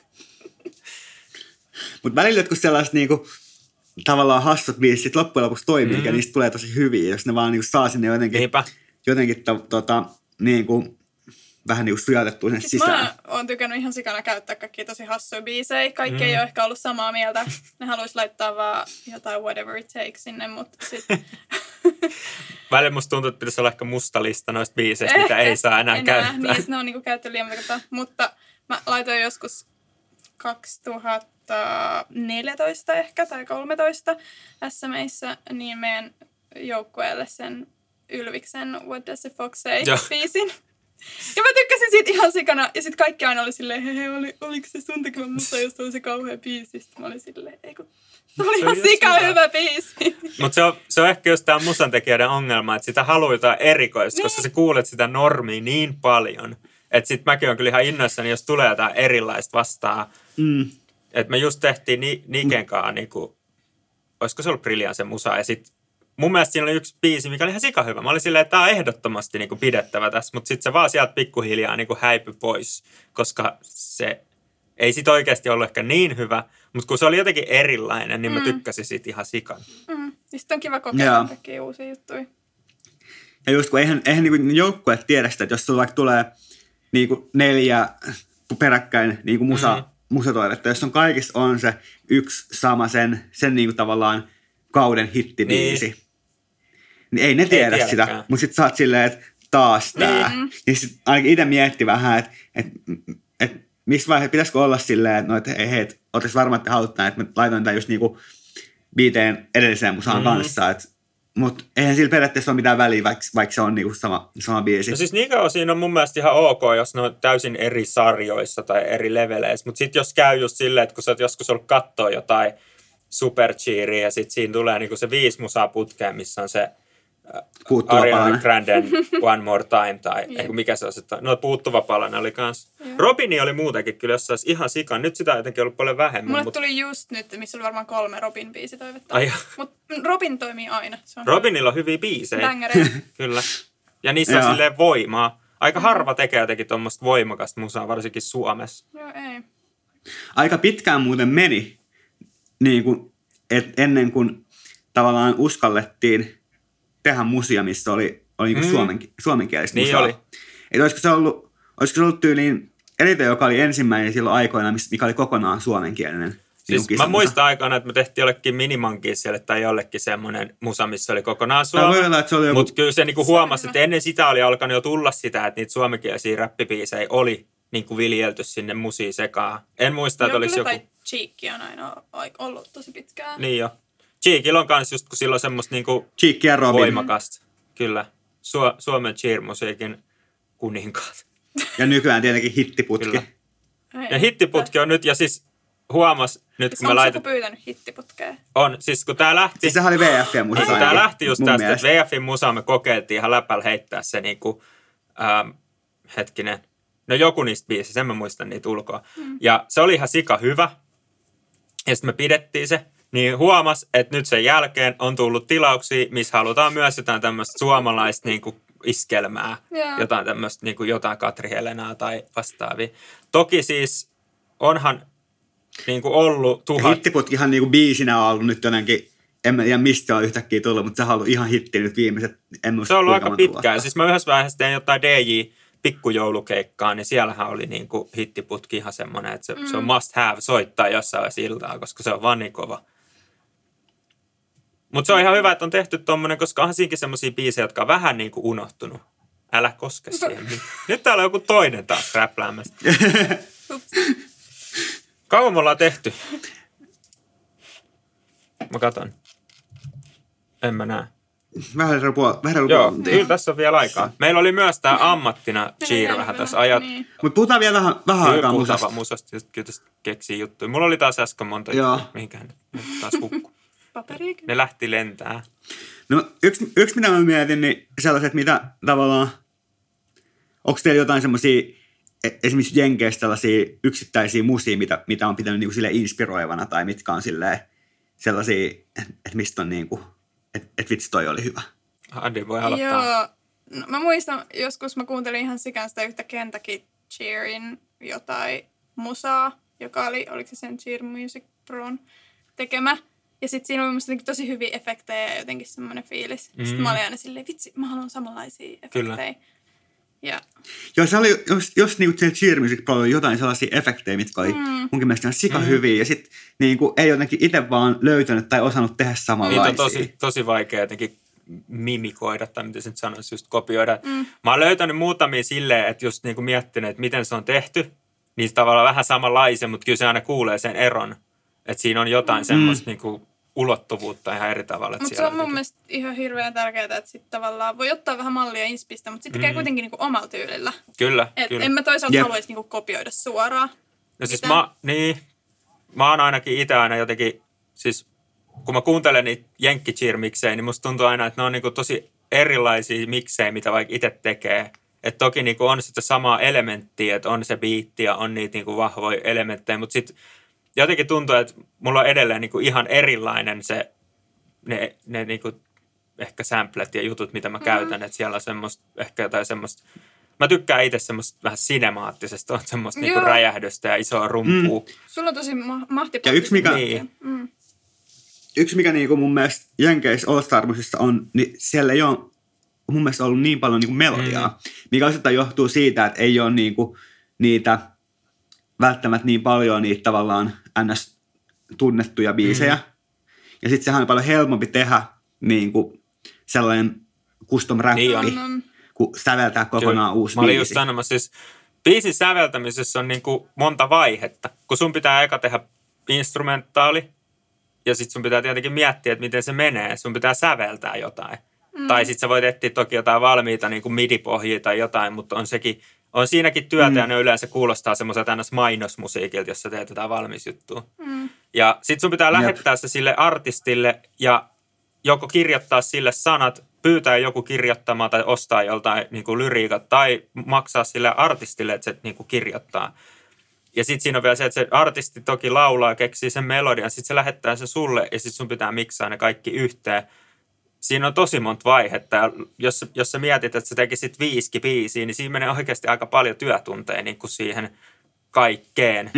Mutta välillä jotkut sellaiset niinku, tavallaan hassut biisit loppujen lopuksi toimii, ja niistä tulee tosi hyviä, jos ne vaan niinku, saa sinne Niinpä. jotenkin niinku, vähän niinku sujatettua sen sisään. Mä oon tykännyt ihan sikana käyttää kaikkia tosi hassuja biisejä. Kaikki ei ole ehkä ollut samaa mieltä. Ne haluais laittaa vaan jotain whatever it takes sinne, mutta sitten... Välillä musta tuntuu, että pitäisi olla ehkä musta lista noista biiseistä, mitä ei saa enää käyttää. Niin, että ne on niinku käytetty liian monta. Mutta mä laitoin joskus 2014 ehkä tai 13 SMEissä niin meidän joukkueelle sen Ylviksen What Does the Fox Say -biisin. Ja mä tykkäsin siitä ihan sikana. Ja sit kaikki aina oli silleen, hei, oliko se sun tekemä musta, jos oli se kauhea biisi? Sitten mä olin silleen, ei kun, se oli ihan sika hyvä biisi. Mutta se on ehkä just tämä musantekijöiden ongelma, että sitä haluaa jotain erikoista, koska sä kuulet sitä normia niin paljon. Että sit mäkin on kyllä ihan innoissani, jos tulee jotain erilaista vastaan. Että me just tehtiin Niken kanssa, niinku, olisiko se ollut Brilliancen musa, ja sit mun mielestä siinä oli yksi biisi, mikä oli ihan sikahyvä. Mä olin silleen, että tää on ehdottomasti niinku pidettävä tässä, mutta sitten se vaan sieltä pikkuhiljaa niinku häipyi pois, koska se ei sit oikeasti ollut ehkä niin hyvä, mutta kun se oli jotenkin erilainen, niin mä tykkäsin siitä ihan sikan. Ja sitten on kiva kokeilla kaikkia uusia juttuja. Ja just kun eihän niinku joukkueet tiedä sitä, että jos sulla vaikka tulee niinku 4 peräkkäin niinku musatoivetta, jos on kaikissa on se yksi sama sen niinku tavallaan kauden hittibiisi, niin ei ne tiedä sitä. Mutta sitten sä oot silleen, että taas tää. Ja sitten ainakin itse mietti vähän, että missä vaiheessa pitäisikö olla silleen, että no, et, hei, ootteko varma, että haluat näin, että mä laitoin tämän just niinku biiteen edelliseen musaan kanssa, mutta eihän sillä periaatteessa ole mitään väliä, vaikka se on niinku sama biisi. No siis niin kauan siinä on mun mielestä ihan ok, jos ne on täysin eri sarjoissa tai eri leveleissä. Mutta sitten jos käy just silleen, että kun sä oot joskus ollut kattoo jotain Super Cheeria ja sitten siinä tulee niinku se 5 musaa putkeen, missä on se Ariana Granden One More Time tai mikä se on se. No puuttuva palanen oli kans. Robini oli muutenkin kyllä jossain ihan sikan. Nyt sitä on jotenkin ollut paljon vähemmän. Mulle tuli just nyt, missä oli varmaan 3 Robin-biisitoivetta. Ai. Mutta Robin toimii aina. Se on Robinilla on hyviä biisejä. Bängereitä. Kyllä. Ja niissä on silleen voimaa. Aika harva tekee jotenkin tuommoista voimakasta musaa, varsinkin Suomessa. Joo, ei. Aika pitkään muuten meni, niin kuin, ennen kuin tavallaan uskallettiin tehdä musia, missä oli niin kuin suomenkielistä niin musaa. Oli. Et olisiko se ollut tyyliin Elite, joka oli ensimmäinen silloin aikoina, mikä oli kokonaan suomenkielinen. Siis mä muistan aikana, että me tehtiin jollekin Minimankisselle tai jollekin semmoinen musa, missä oli kokonaan suomen. Mutta kyllä se niinku huomasi, että ennen sitä oli alkanut jo tulla sitä, että niitä suomenkielisiä räppibiisejä oli niinku viljelty sinne musiin sekaan. En muista, että olisi joku... Tai Cheekki on aina ollut tosi pitkään. Niin jo. Cheekillä on kans just, kun sillä on semmoista niinku voimakasta. Kyllä. Suomen cheer-musiikin kuninkaat. Ja nykyään tietenkin hittiputki. Kyllä. Ja hittiputki on nyt, ja siis huomas nyt, kun me laitettiin... Onko pyytänyt hittiputkea? On, siis kun tää lähti... Siis sehän oli VF:n musa. Tää lähti just tästä, että VF:n musa me kokeiltiin ihan läpällä heittää se niinku... hetkinen. No joku niistä biisistä, en mä muista niitä ulkoa. Ja se oli ihan sika hyvä. Ja sitten me pidettiin se. Niin huomas, että nyt sen jälkeen on tullut tilauksia, missä halutaan myös jotain tämmöistä suomalaista niinku iskelmää. Yeah. Jotain tämmöistä, niinku jotain Katri Helenaa tai vastaavia. Toki siis onhan niinku ollut hittiputkihan niinku biisinä on ollut nyt jotenkin en tiedä mistä se on yhtäkkiä tullut, mutta sehän on ollut ihan hitti nyt viimeiset, en muista Se on ollut kuinka aika monta pitkään. vuotta. Siis mä yhdessä vaiheessa tein jotain DJ-pikkujoulukeikkaa, niin siellähän oli niinku hittiputki ihan semmoinen, että se on must have soittaa jossain vaiheessa iltaa, koska se on vaan niin kova. Mutta se on ihan hyvä, että on tehty tommonen, koska onhan siinäkin semmosia biisejä, jotka on vähän niin kuin unohtunut. Älä koske siihen. Nyt täällä on joku toinen taas räpläämässä. Kauan me ollaan tehty? Mä katon. En mä näe. Vähän reilu Joo, tuntia. kyllä tässä on vielä aikaa. Meillä oli myös tää ammattina cheer vähän tässä ajat. Niin. Mutta puhutaan vielä vähän aikaa musasta. musasta, kyllä tästä keksii juttuja. Mulla oli taas äsken monta Joo. juttuja, mihinkään ne taas hukkuu. Paperi. Ne lähti lentää. No yksi mitä mä mietin, niin sellaiset, mitä tavallaan, onko teillä jotain semmoisia, esimerkiksi Jenkeistä tällaisia yksittäisiä musia, mitä on pitänyt niinku sille inspiroivana, tai mitkä on silleen sellaisia, että mistä on niinku, että vitsi toi oli hyvä. Adi voi aloittaa. Joo. No, mä muistan, joskus mä kuuntelin ihan sikään sitä yhtä Kentucky Cheerin jotain musaa, joka oli, oliko se sen Cheer Music Pron tekemä. Ja sitten siinä oli mun mielestä tosi hyviä efektejä ja jotenkin semmoinen fiilis. Sitten mä olin aina silleen, vitsi, mä haluan samanlaisia efektejä. Kyllä. Ja Joo, se oli, jos niinku se Cheer Music Pro oli jotain sellaisia efektejä, mitkä oli munkin mielestä ihan sika hyviä, ja sitten niinku, ei jotenkin itse vaan löytänyt tai osannut tehdä samanlaisia. Niitä on tosi vaikea jotenkin mimikoida, tai miten se nyt sanoisi, just kopioida. Mä oon löytänyt muutamia silleen, että just niinku miettinyt, että miten se on tehty, niin tavallaan vähän samanlaisia, mutta kyllä se aina kuulee sen eron. Että siinä on jotain semmoista niinku ulottuvuutta ihan eri tavalla. mutta se on mun mielestä ihan hirveän tärkeää, että sitten tavallaan voi ottaa vähän mallia inspistä, mutta sitten tekee kuitenkin niinku omalla tyylillä. Kyllä, Et kyllä. en mä toisaalta Jep. haluaisi niinku kopioida suoraan. No siis mitään. mä oon ainakin itse aina jotenkin, siis kun mä kuuntelen niitä jenkki-cheer-miksejä, niin musta tuntuu aina, että ne on niinku tosi erilaisia miksejä, mitä vaikka itse tekee. Että toki niinku on sitä samaa elementtiä, että on se biitti ja on niitä niinku vahvoja elementtejä, mutta sitten jotenkin tuntuu, että mulla on edelleen niinku ihan erilainen se, ne niinku ehkä samplet ja jutut, mitä mä käytän, että siellä on semmoista, ehkä jotain semmoista, mä tykkään itse semmoista vähän sinemaattisesta, on semmoista niinku Joo. räjähdystä ja isoa rumpua. Sulla on tosi mahtipontista. Ja yksi mikä- Niin. Yksi, mikä niinku mun mielestä Jenkeissä All Star-musissa on, niin siellä ei ole mun mielestä ollut niin paljon niinku melodiaa, mikä osittain johtuu siitä, että ei ole niinku niitä välttämättä niin paljon niitä tavallaan NS-tunnettuja biisejä. Ja sitten sehän on paljon helpompi tehdä niinku sellainen custom räppi, Niin on. kuin säveltää kokonaan Kyllä. uusi Mä olin biisi. just sanomassa, siis biisin säveltämisessä on niinku monta vaihetta, kun sun pitää eka tehdä instrumentaali, ja sitten sun pitää tietenkin miettiä, että miten se menee. Sun pitää säveltää jotain. Tai sitten sä voit etsiä toki jotain valmiita niin kuin midi-pohjia tai jotain, mutta on siinäkin työtä ja ne yleensä kuulostaa semmoiselta ns. Mainosmusiikilta, jos sä teet jotain valmis juttua. Ja sitten sun pitää lähettää se sille artistille ja joko kirjoittaa sille sanat, pyytää joku kirjoittamaan tai ostaa joltain niin kuin lyriikat tai maksaa sille artistille, että se niin kuin kirjoittaa. Ja sitten siinä on vielä se, että se artisti toki laulaa, keksii sen melodian, sitten se lähettää sen sulle ja sitten sun pitää miksaa ne kaikki yhteen. Siinä on tosi monta vaihetta ja jos sä mietit, että sä tekisit 5 biisiä, niin siinä menee oikeasti aika paljon työtunteja niin kuin siihen kaikkeen.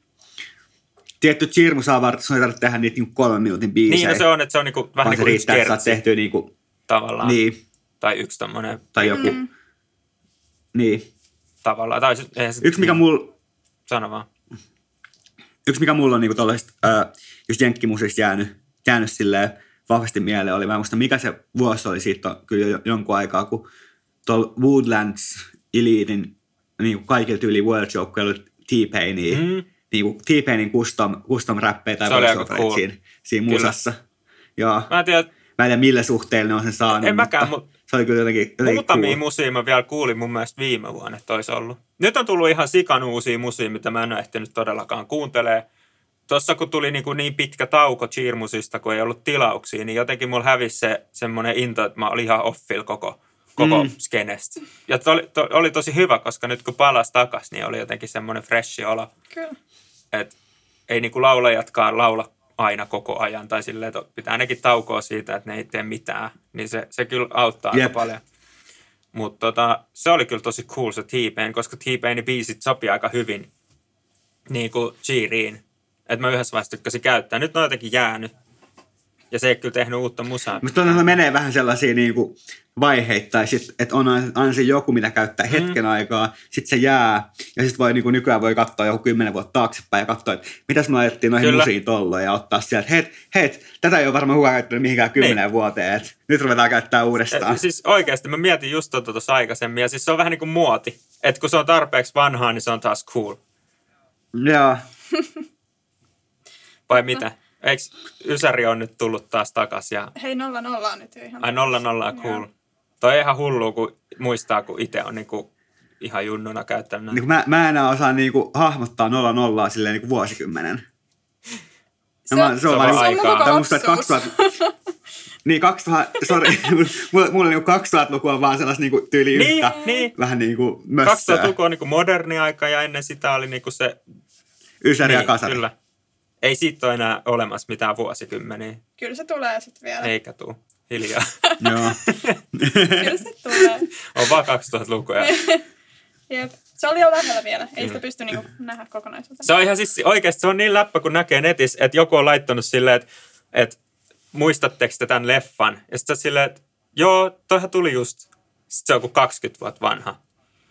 Tietty cheer-musaa varten sun ei tarvitse tehdä niitä niinku 3 minuutin biisejä. Niin, no se on, että se on niinku, vähän vaan niin se kuin yksi riittää, että sä oot kertsi tehtyä niinku, tavallaan. niin, Tai yksi tommonen tai joku, niin. tavallaan. Tai eihän se, Yksi mikä mulla Sano vaan. on niinku tollaisesta just jenkkimusiikista jäänyt silleen vahvasti mieleen oli, mä en muista mikä se vuosi oli, siitä on kyllä jo jonkun aikaa, kun tuolla Woodlands Elitein niinku kaikilla tyyli World Jokeilla oli T-Painia, niinku T-Painin custom räppejä tai Se oli aika voiceovereita cool. siinä musassa. Joo. Mä en tiedä, Mä en tiedä millä suhteella ne on sen saanut, En mäkään, mutta se oli kyllä jotenkin muutamia cool. musia mä vielä kuulin mun mielestä viime vuonna, että olisi ollut. Nyt on tullut ihan sikan uusia musia, mitä mä en ole ehtinyt todellakaan kuuntelee. Tuossa kun tuli niin pitkä tauko cheer-musista, kun ei ollut tilauksia, niin jotenkin mulla hävisi se semmoinen into, että mä olin ihan offil koko skenestä. Ja oli tosi hyvä, koska nyt kun palasi takas, niin oli jotenkin semmoinen freshi olo. Kyllä. Että ei niinku laulajatkaan laula aina koko ajan, tai silleen, että pitää ainakin taukoa siitä, että ne ei tee mitään. Niin se kyllä auttaa aika paljon. Mutta se oli kyllä tosi cool se T-Pain, koska T-Painin biisit sopii aika hyvin niin kuin cheeriin. Että mä yhdessä vaiheessa tykkäsin käyttää. Nyt ne on jotenkin jäänyt. Ja se ei kyllä tehnyt uutta musaa. Mutta menee vähän sellaisia niinku vaiheittain, että on aina se joku, mitä käyttää hetken aikaa, sitten se jää, ja sitten voi niinku nykyään voi katsoa joku 10 vuotta taaksepäin ja katsoa, että mitäs me laitettiin noihin musiin tolloon, ja ottaa sieltä, hei, tätä ei ole varmaan kukaan käyttänyt mihinkään 10 vuoteen, että nyt ruvetaan käyttää uudestaan. Siis oikeasti mä mietin just tuossa aikaisemmin, ja siis se on vähän niin kuin muoti, että kun se on tarpeeksi vanhaa, niin se on taas cool. Joo. Vai mitä? Eikö Ysäri on nyt tullut taas takas? Ja... Hei, 0-0 on nyt jo ihan... Ai 0-0, cool. Toi on ihan hullua, kun muistaa, kun itse on niinku ihan junnuna käyttänyt. Niin mä enää osaan niinku hahmottaa 0-0 silleen niinku vuosikymmenen. Se on aikaa. Musta 2000... Niin, 2000... Sori, mulla niinku 2000-luku on vaan sellaista niinku tyyli yhtä. Niin. Vähän niinku mössöä. 2000-luku on niinku moderni aika ja ennen sitä oli niinku se... Ysäri ja kasari. Kyllä. Ei siitä ole enää olemassa mitään vuosikymmeniä. Kyllä se tulee sitten vielä. Eikä tuu. Hiljaa. Joo. Kyllä se tulee. On vaan 2000-lukuja. Jep. Se oli jo lähellä vielä. Ei sitä pysty niinku nähdä kokonaisuutta. Se on ihan siis oikeasti, se on niin läppä, kun näkee netissä, että joku on laittanut silleen, että muistatteko te tämän leffan? Ja sitten silleen, että joo, toihan tuli just. Sitten se on kuin 20 vuotta vanha.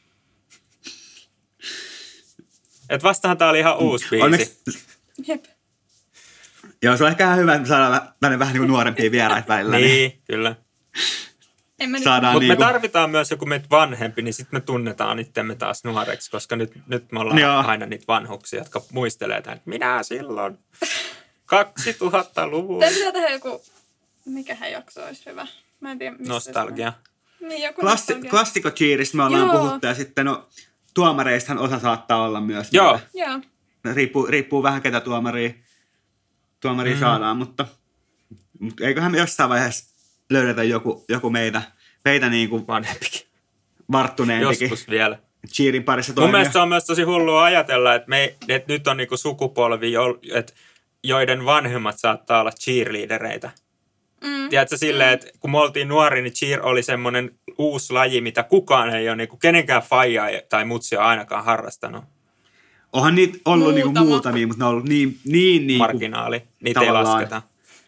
Että vastahan tää oli ihan uusi biisi. Jep. Joo, se on ehkä ihan hyvä, että me saadaan tänne vähän niin kuin nuorempia vieraita välillä. Niin, kyllä. Mutta me tarvitaan myös joku meitä vanhempi, niin sitten me tunnetaan itsemme taas nuoreksi, koska nyt me ollaan aina niitä vanhuksia, jotka muistelee tämän, että minä silloin 2000-luvulla. Tämä pitää tehdä joku, mikähän jakso olisi hyvä. Mä en tiedä, mistä nostalgia. Niin, joku nostalgia. Klassikochiiristä me ollaan puhuttu ja sitten tuomareistahan osa saattaa olla myös. Joo. Riippuu vähän ketä tuomaria saadaan, mutta eiköhän me jossain vaiheessa löydetä joku meitä niin kuin vanhempikin. Varttuneempikin. Joskus vielä. Cheerin parissa toimia. Mun mielestä se on myös tosi hullua ajatella, että nyt on niinku sukupolvi, joiden vanhemmat saattaa olla cheerleadereita. Tiedätkö silleen, että kun me oltiin nuori, niin cheer oli semmoinen uusi laji, mitä kukaan ei ole, niinku kenenkään faijaa tai mutsia ainakaan harrastanut. Onhan niitä ollut niinku muutamia, mutta ne on ollut niin marginaali. Niitä ei lasketa.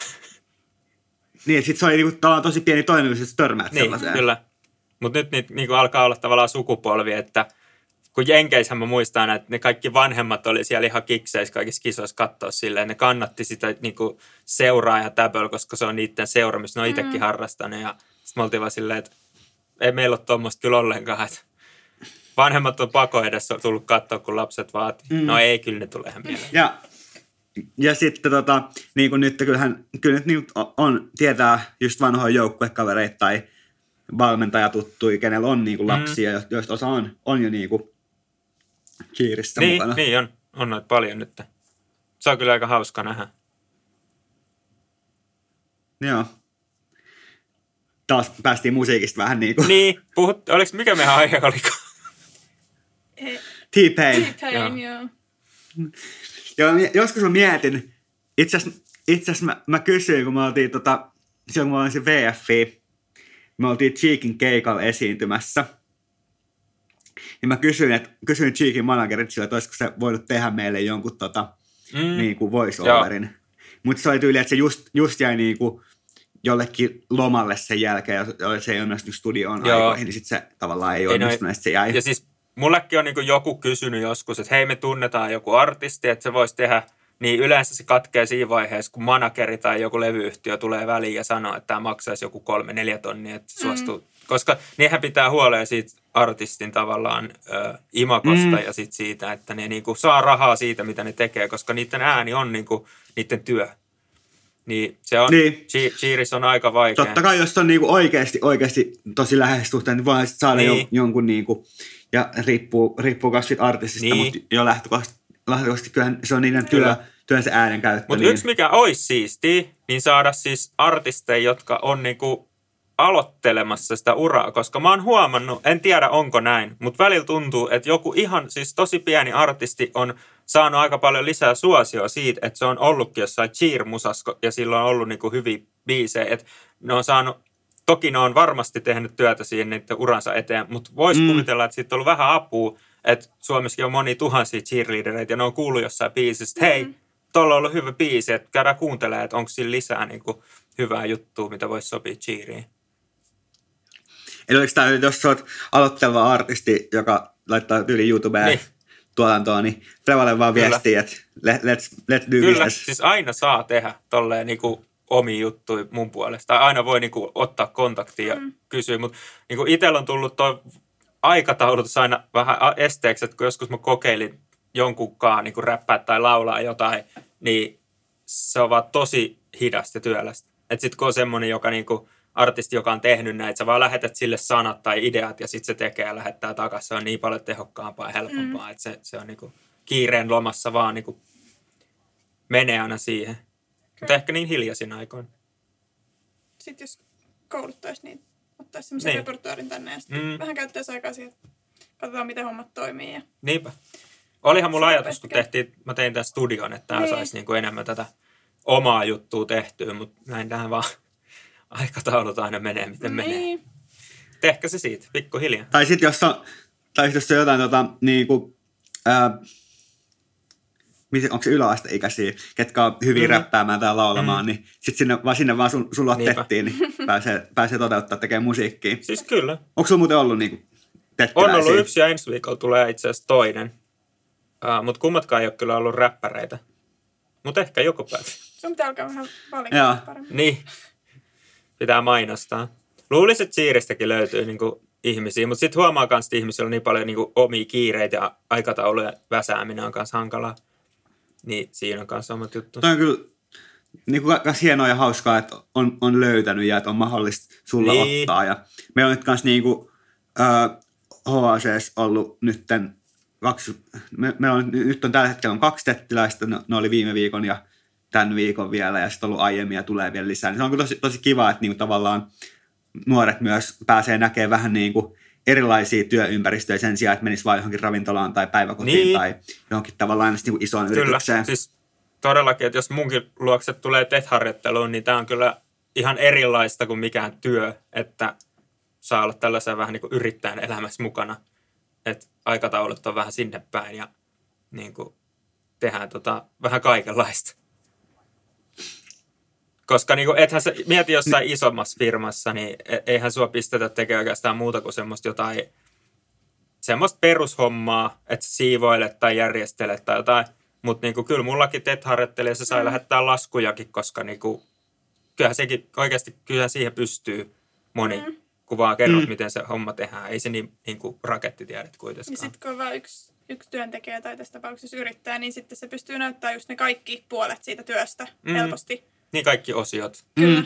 Niin, sitten se oli niinku tavallaan tosi pieni toinen, että törmäät sellaiseen. Niin, kyllä. Mutta nyt niitä niinku alkaa olla tavallaan sukupolvi, että kun Jenkeissähän mä muistan, että ne kaikki vanhemmat oli siellä ihan kikseissä kaikissa kisoissa katsoa silleen, ne kannatti sitä niinku seuraa ja täpöllä, koska se on niiden seura, missä ne on itsekin harrastanut. Ja sitten me oltiin vaan silleen, että ei meillä ole tuommoista kyllä ollenkaan, että vanhemmat on pako edessä tullut katsoa, kun lapset vaatii. No ei, kyllä ne tulee ihan mieleen. Ja sitten niin kuin nyt kyllä nyt niin on, tietää just vanhoja joukkuekavereita tai valmentajatuttuja, kenellä on niin kuin lapsia, joista osa on jo niin kuin cheerissä mukana. Niin on noita paljon nyt. Se on kyllä aika hauska nähdä. Joo. Taas päästiin musiikista vähän niin kuin. Niin, oliko mikä meidän aihe oliko? T-Pain. Joo. Joo, joskus mä mietin, itse asiassa mä kysyin, kun me oltiin silloin kun mä olin se VFI, me oltiin Cheekin keikalla esiintymässä. Ja mä kysyin Cheekin managerit sillä, että olisiko se voinut tehdä meille jonkun niin kuin voice-overin. Mutta se oli tyyli, että se just jäi niin kuin jollekin lomalle sen jälkeen, ja se ei onnistunut studioon aikoihin, niin sitten se tavallaan ei onnistunut, että se jäi. Ja siis mullekin on niin kuin joku kysynyt joskus, että hei, me tunnetaan joku artisti, että se voisi tehdä, niin yleensä se katkee siinä vaiheessa, kun manageri tai joku levyyhtiö tulee väliin ja sanoo, että tämä maksaisi joku 3-4 tonnia, että suostuu. Koska niinhän pitää huolea siitä artistin tavallaan imakosta ja sit siitä, että ne niinku saa rahaa siitä, mitä ne tekee, koska niiden ääni on niinku niiden työ. Niin se on, cheeris on aika vaikea. Totta kai, jos on niinku oikeasti tosi lähestystä, niin voi saada jonkun niinku, ja riippuu kasvit artistista, mutta jo lähtökohtaisesti kyllähän se on niiden työn se äänen käyttö. Mutta yksi mikä olisi siistiä, niin saada siis artisteja, jotka on niinku aloittelemassa sitä uraa, koska mä oon huomannut, en tiedä onko näin, mutta välillä tuntuu, että joku ihan siis tosi pieni artisti on saanut aika paljon lisää suosioa siitä, että se on ollutkin jossain cheer-musassa ja sillä on ollut niinku hyviä biisejä, että ne on saanut, toki ne on varmasti tehnyt työtä siihen niiden uransa eteen, mutta voisi kuvitella, että siitä on ollut vähän apua, että Suomessakin on monia tuhansia cheerleadereita ja ne on kuullut jossain biisissä, että hei, tuolla on ollut hyvä biisi, että käydään kuuntelemaan, että onko siinä lisää niin kuin hyvää juttua, mitä voisi sopia cheeriin. Eli oliko tämä, jos olet aloitteleva artisti, joka laittaa yli YouTubeen Niin. tuotantoa, niin Frevalle vaan viestii, että let's do Kyllä, business. siis aina saa tehdä tolleen niinku omia juttuja mun puolesta. Tai aina voi niinku ottaa kontaktia ja kysyä, mutta niinku itsellä on tullut toi aikataulutus aina vähän esteeksi, että kun joskus mä kokeilin jonkunkaan niinku räppää tai laulaa jotain, niin se on vaan tosi hidasta ja työlästä. Että sit kun on semmonen, joka niinku artisti, joka on tehnyt näitä, sä vaan lähetät sille sanat tai ideat ja sitten se tekee ja lähettää takaisin. Se on niin paljon tehokkaampaa ja helpompaa, että se on niinku kiireen lomassa vaan niinku menee aina siihen. Mutta ehkä niin hiljaisin aikoin. Sitten jos kouluttaisi, niin ottaisi semmoisen Niin. repertuaarin tänne ja sitten vähän käyttäisi aikaa siihen, että katsotaan miten hommat toimii. Ja... Niinpä. Olihan mulla Se ajatus, kun mä tein tämän studion, että tää Niin. saisi niinku enemmän tätä omaa juttua tehtyä, mutta näin tähän vaan aikataulut aina menee, miten menee. Niin. Ehkä se siitä, pikkuhiljaa. Tai sitten jos on jotain niinku, onko se yläasteikäisiä, ketkä on hyvin räppäämään tai laulamaan, niin sitten sinne vaan sun luottettiin, niin pääsee toteuttaa tekemään musiikkia. Siis kyllä. Onko sulla muuten ollut niinku tettiläisiä? On ollut yksi ja ensi viikolla tulee itse asiassa toinen. Mutta kummatkaan ei ole kyllä ollut räppäreitä. Mutta ehkä joku päivä. Sun pitää alkaa vähän valikoida paremmin. Niin. Pitää mainostaa. Luulisin, että siiristäkin löytyy niinku ihmisiä, mutta sitten huomaa myös, että ihmisillä on niin paljon niinku omia kiireitä ja aikatauluja väsääminen on myös hankalaa. Niin siinä on myös omat juttu. Toi on kyllä niin kuin hienoa ja hauskaa, että on löytänyt ja että on mahdollista sulla ottaa. Ja meillä on nyt myös niin kuin, HACs ollut nytten nyt on tällä hetkellä 2 tettiläistä, ne oli viime viikon ja tämän viikon vielä ja sitten on ollut aiemmin ja tulee vielä lisää. Niin se on kyllä tosi kiva, että niin kuin tavallaan nuoret myös pääsee näkemään vähän niin kuin erilaisia työympäristöjä sen sijaan, että menisi vain johonkin ravintolaan tai päiväkotiin tai johonkin tavallaan niin kuin isoon yritykseen. Siis todellakin, että jos munkin luokse tulee TET-harjoitteluun, niin tämä on kyllä ihan erilaista kuin mikään työ, että saa olla tällaisen vähän niin kuin yrittäjän elämässä mukana. Että aikataulut on vähän sinne päin ja niin kuin tehdään vähän kaikenlaista. Koska niin kuin, ethän sä mieti jossain isommassa firmassa, niin eihän sua pistetä tekemään oikeastaan muuta kuin semmoista perushommaa, että siivoilet tai järjestelet tai jotain. Mutta niin kyllä mullakin TET-harjoittelija se sai lähettää laskujakin, koska niin kuin, kyllähän sekin oikeasti siihen pystyy moni, kun vaan kerrot, miten se homma tehdään. Ei se niin kuin raketti tiedät kuitenkaan. Ja sitten kun on vain yksi työntekijä tai tässä tapauksessa yrittää, niin sitten se pystyy näyttämään just ne kaikki puolet siitä työstä helposti. Niin kaikki osiot. Kyllä.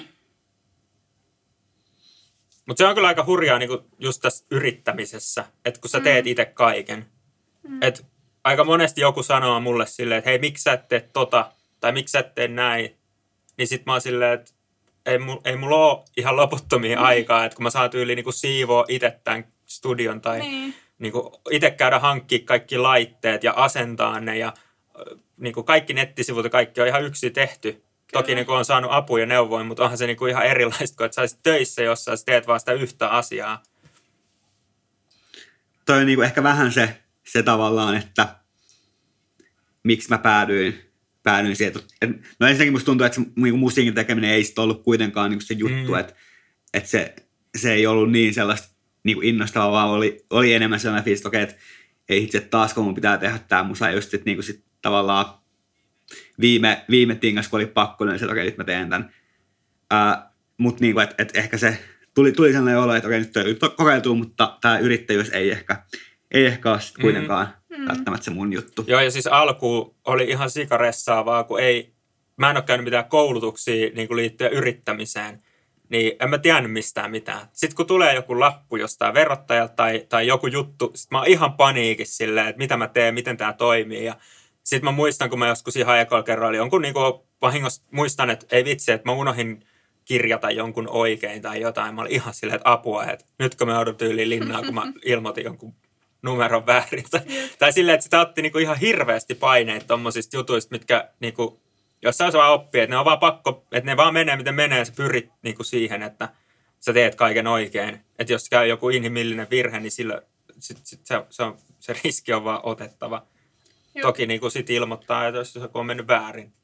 Mutta se on kyllä aika hurjaa niin just tässä yrittämisessä, että kun sä teet itse kaiken. Että aika monesti joku sanoo mulle silleen, että hei, miksi sä et tee tai miksi sä et tee näin. Niin sit mä oon silleen, että ei mulla ole ihan loputtomia aikaa, että kun mä saan tyyliin niin siivoa itse tämän studion tai niin itse käydä hankkia kaikki laitteet ja asentaa ne ja niin kaikki nettisivut ja kaikki on ihan yksin tehty. Toki niin on saanut apua ja neuvoja, mutta onhan se niin ihan erilaista, kun että sä olisit töissä jossain, sä teet vaan sitä yhtä asiaa. Toi on niin ehkä vähän se tavallaan, että miksi mä päädyin siihen. No ensinnäkin musta tuntuu, että se musiikin tekeminen ei sit ollut kuitenkaan niin se juttu, että se ei ollut niin sellaista niin innostavaa, vaan oli enemmän sellainen fiilis, että okei, että ei itse taas, kun mun pitää tehdä tämä musa just, että niin sit tavallaan viime tingas, kun oli pakko, niin se, okei, nyt mä teen tämän. Mutta niin että ehkä se tuli sellainen olo, että okei, nyt kokeiltuu, mutta tämä yrittäjyys ei ehkä ole sit kuitenkaan välttämättä se mun juttu. Joo, ja siis alkuun oli ihan sikaressaavaa, kun mä en ole käynyt mitään koulutuksia niin kuin liittyen yrittämiseen, niin en mä tiennyt mistään mitään. Sitten kun tulee joku lappu jostain verottajalta tai joku juttu, sit mä oon ihan paniikissa silleen, että mitä mä teen, miten tää toimii. Ja sitten mä muistan, kun mä joskus ihan ekalla kerralla oli jonkun niin kuin vahingossa, muistan, että ei vitsi, että mä unohdin kirjata jonkun oikein tai jotain. Mä olin ihan silleen, että apua, että nyt kun me joudun tyyliin linnaan, kun mä ilmoitin jonkun numeron väärin. Tai silleen, että sitä otti niinku ihan hirveästi paineita tommosista jutuista, mitkä niinku, jos sä vaan oppii, että ne on vaan pakko, että ne vaan menee miten menee ja sä pyrit niinku siihen, että sä teet kaiken oikein. Että jos käy joku inhimillinen virhe, niin silloin se riski on vaan otettava. Toki niin kuin sit ilmoittaa, että jos joku on mennyt väärin.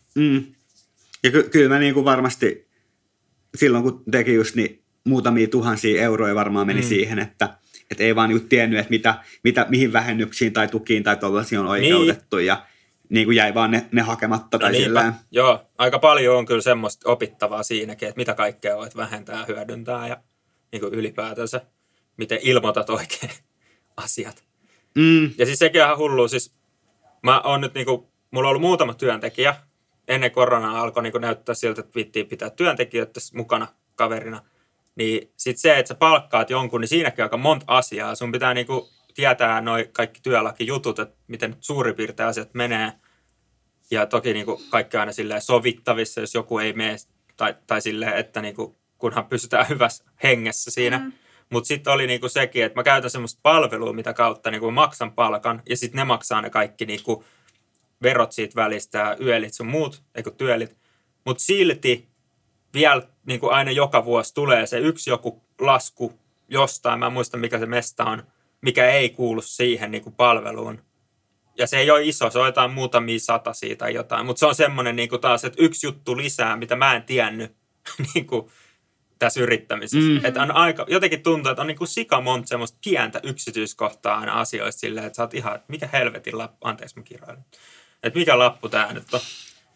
Ja kyllä mä niin kuin varmasti silloin, kun teki just niin muutamia tuhansia euroja varmaan meni siihen, että ei vaan niin kuin tiennyt, että mihin vähennyksiin tai tukiin tai tollaisiin on oikeutettu ja niin kuin jäi vaan ne hakematta tai silleen. Joo, aika paljon on kyllä semmoista opittavaa siinäkin, että mitä kaikkea voit vähentää ja hyödyntää ja niin kuin ylipäätänsä, miten ilmoitat oikein asiat. Ja siis sekin on ihan hullua. Siis mä oon nyt niinku, mulla on ollut muutama työntekijä. Ennen koronaa alkoi niinku näyttää siltä, että vittiin pitää työntekijöitä mukana kaverina. Niin sit se, että sä palkkaat jonkun, niin siinäkin on aika monta asiaa. Sun pitää niinku tietää noi kaikki työlakijutut, että miten suurin piirtein asiat menee. Ja toki niinku kaikki aina silleen sovittavissa, jos joku ei mene. Tai silleen, että niinku, kunhan pysytään hyvässä hengessä siinä. Mutta sitten oli niinku sekin, että mä käytän semmoista palvelua, mitä kautta niinku maksan palkan, ja sitten ne maksaa ne kaikki niinku verot siitä välistä, ja yölit sun muut, eikö työlit. Mutta silti vielä niinku aina joka vuosi tulee se yksi joku lasku jostain, mä en muista mikä se mesta on, mikä ei kuulu siihen niinku palveluun. Ja se ei ole iso, se on jotain muutamia satasia tai jotain, mutta se on semmoinen niinku taas, että yksi juttu lisää, mitä mä en tiennyt niinku tässä yrittämisessä. Että on aika, jotenkin tuntuu, että on niin kuin sikamonta semmoista pientä yksityiskohtaa aina asioista silleen, että sä oot ihan, että mikä helvetin lappu, anteeksi mä kirjoilen, että mikä lappu tää nyt on.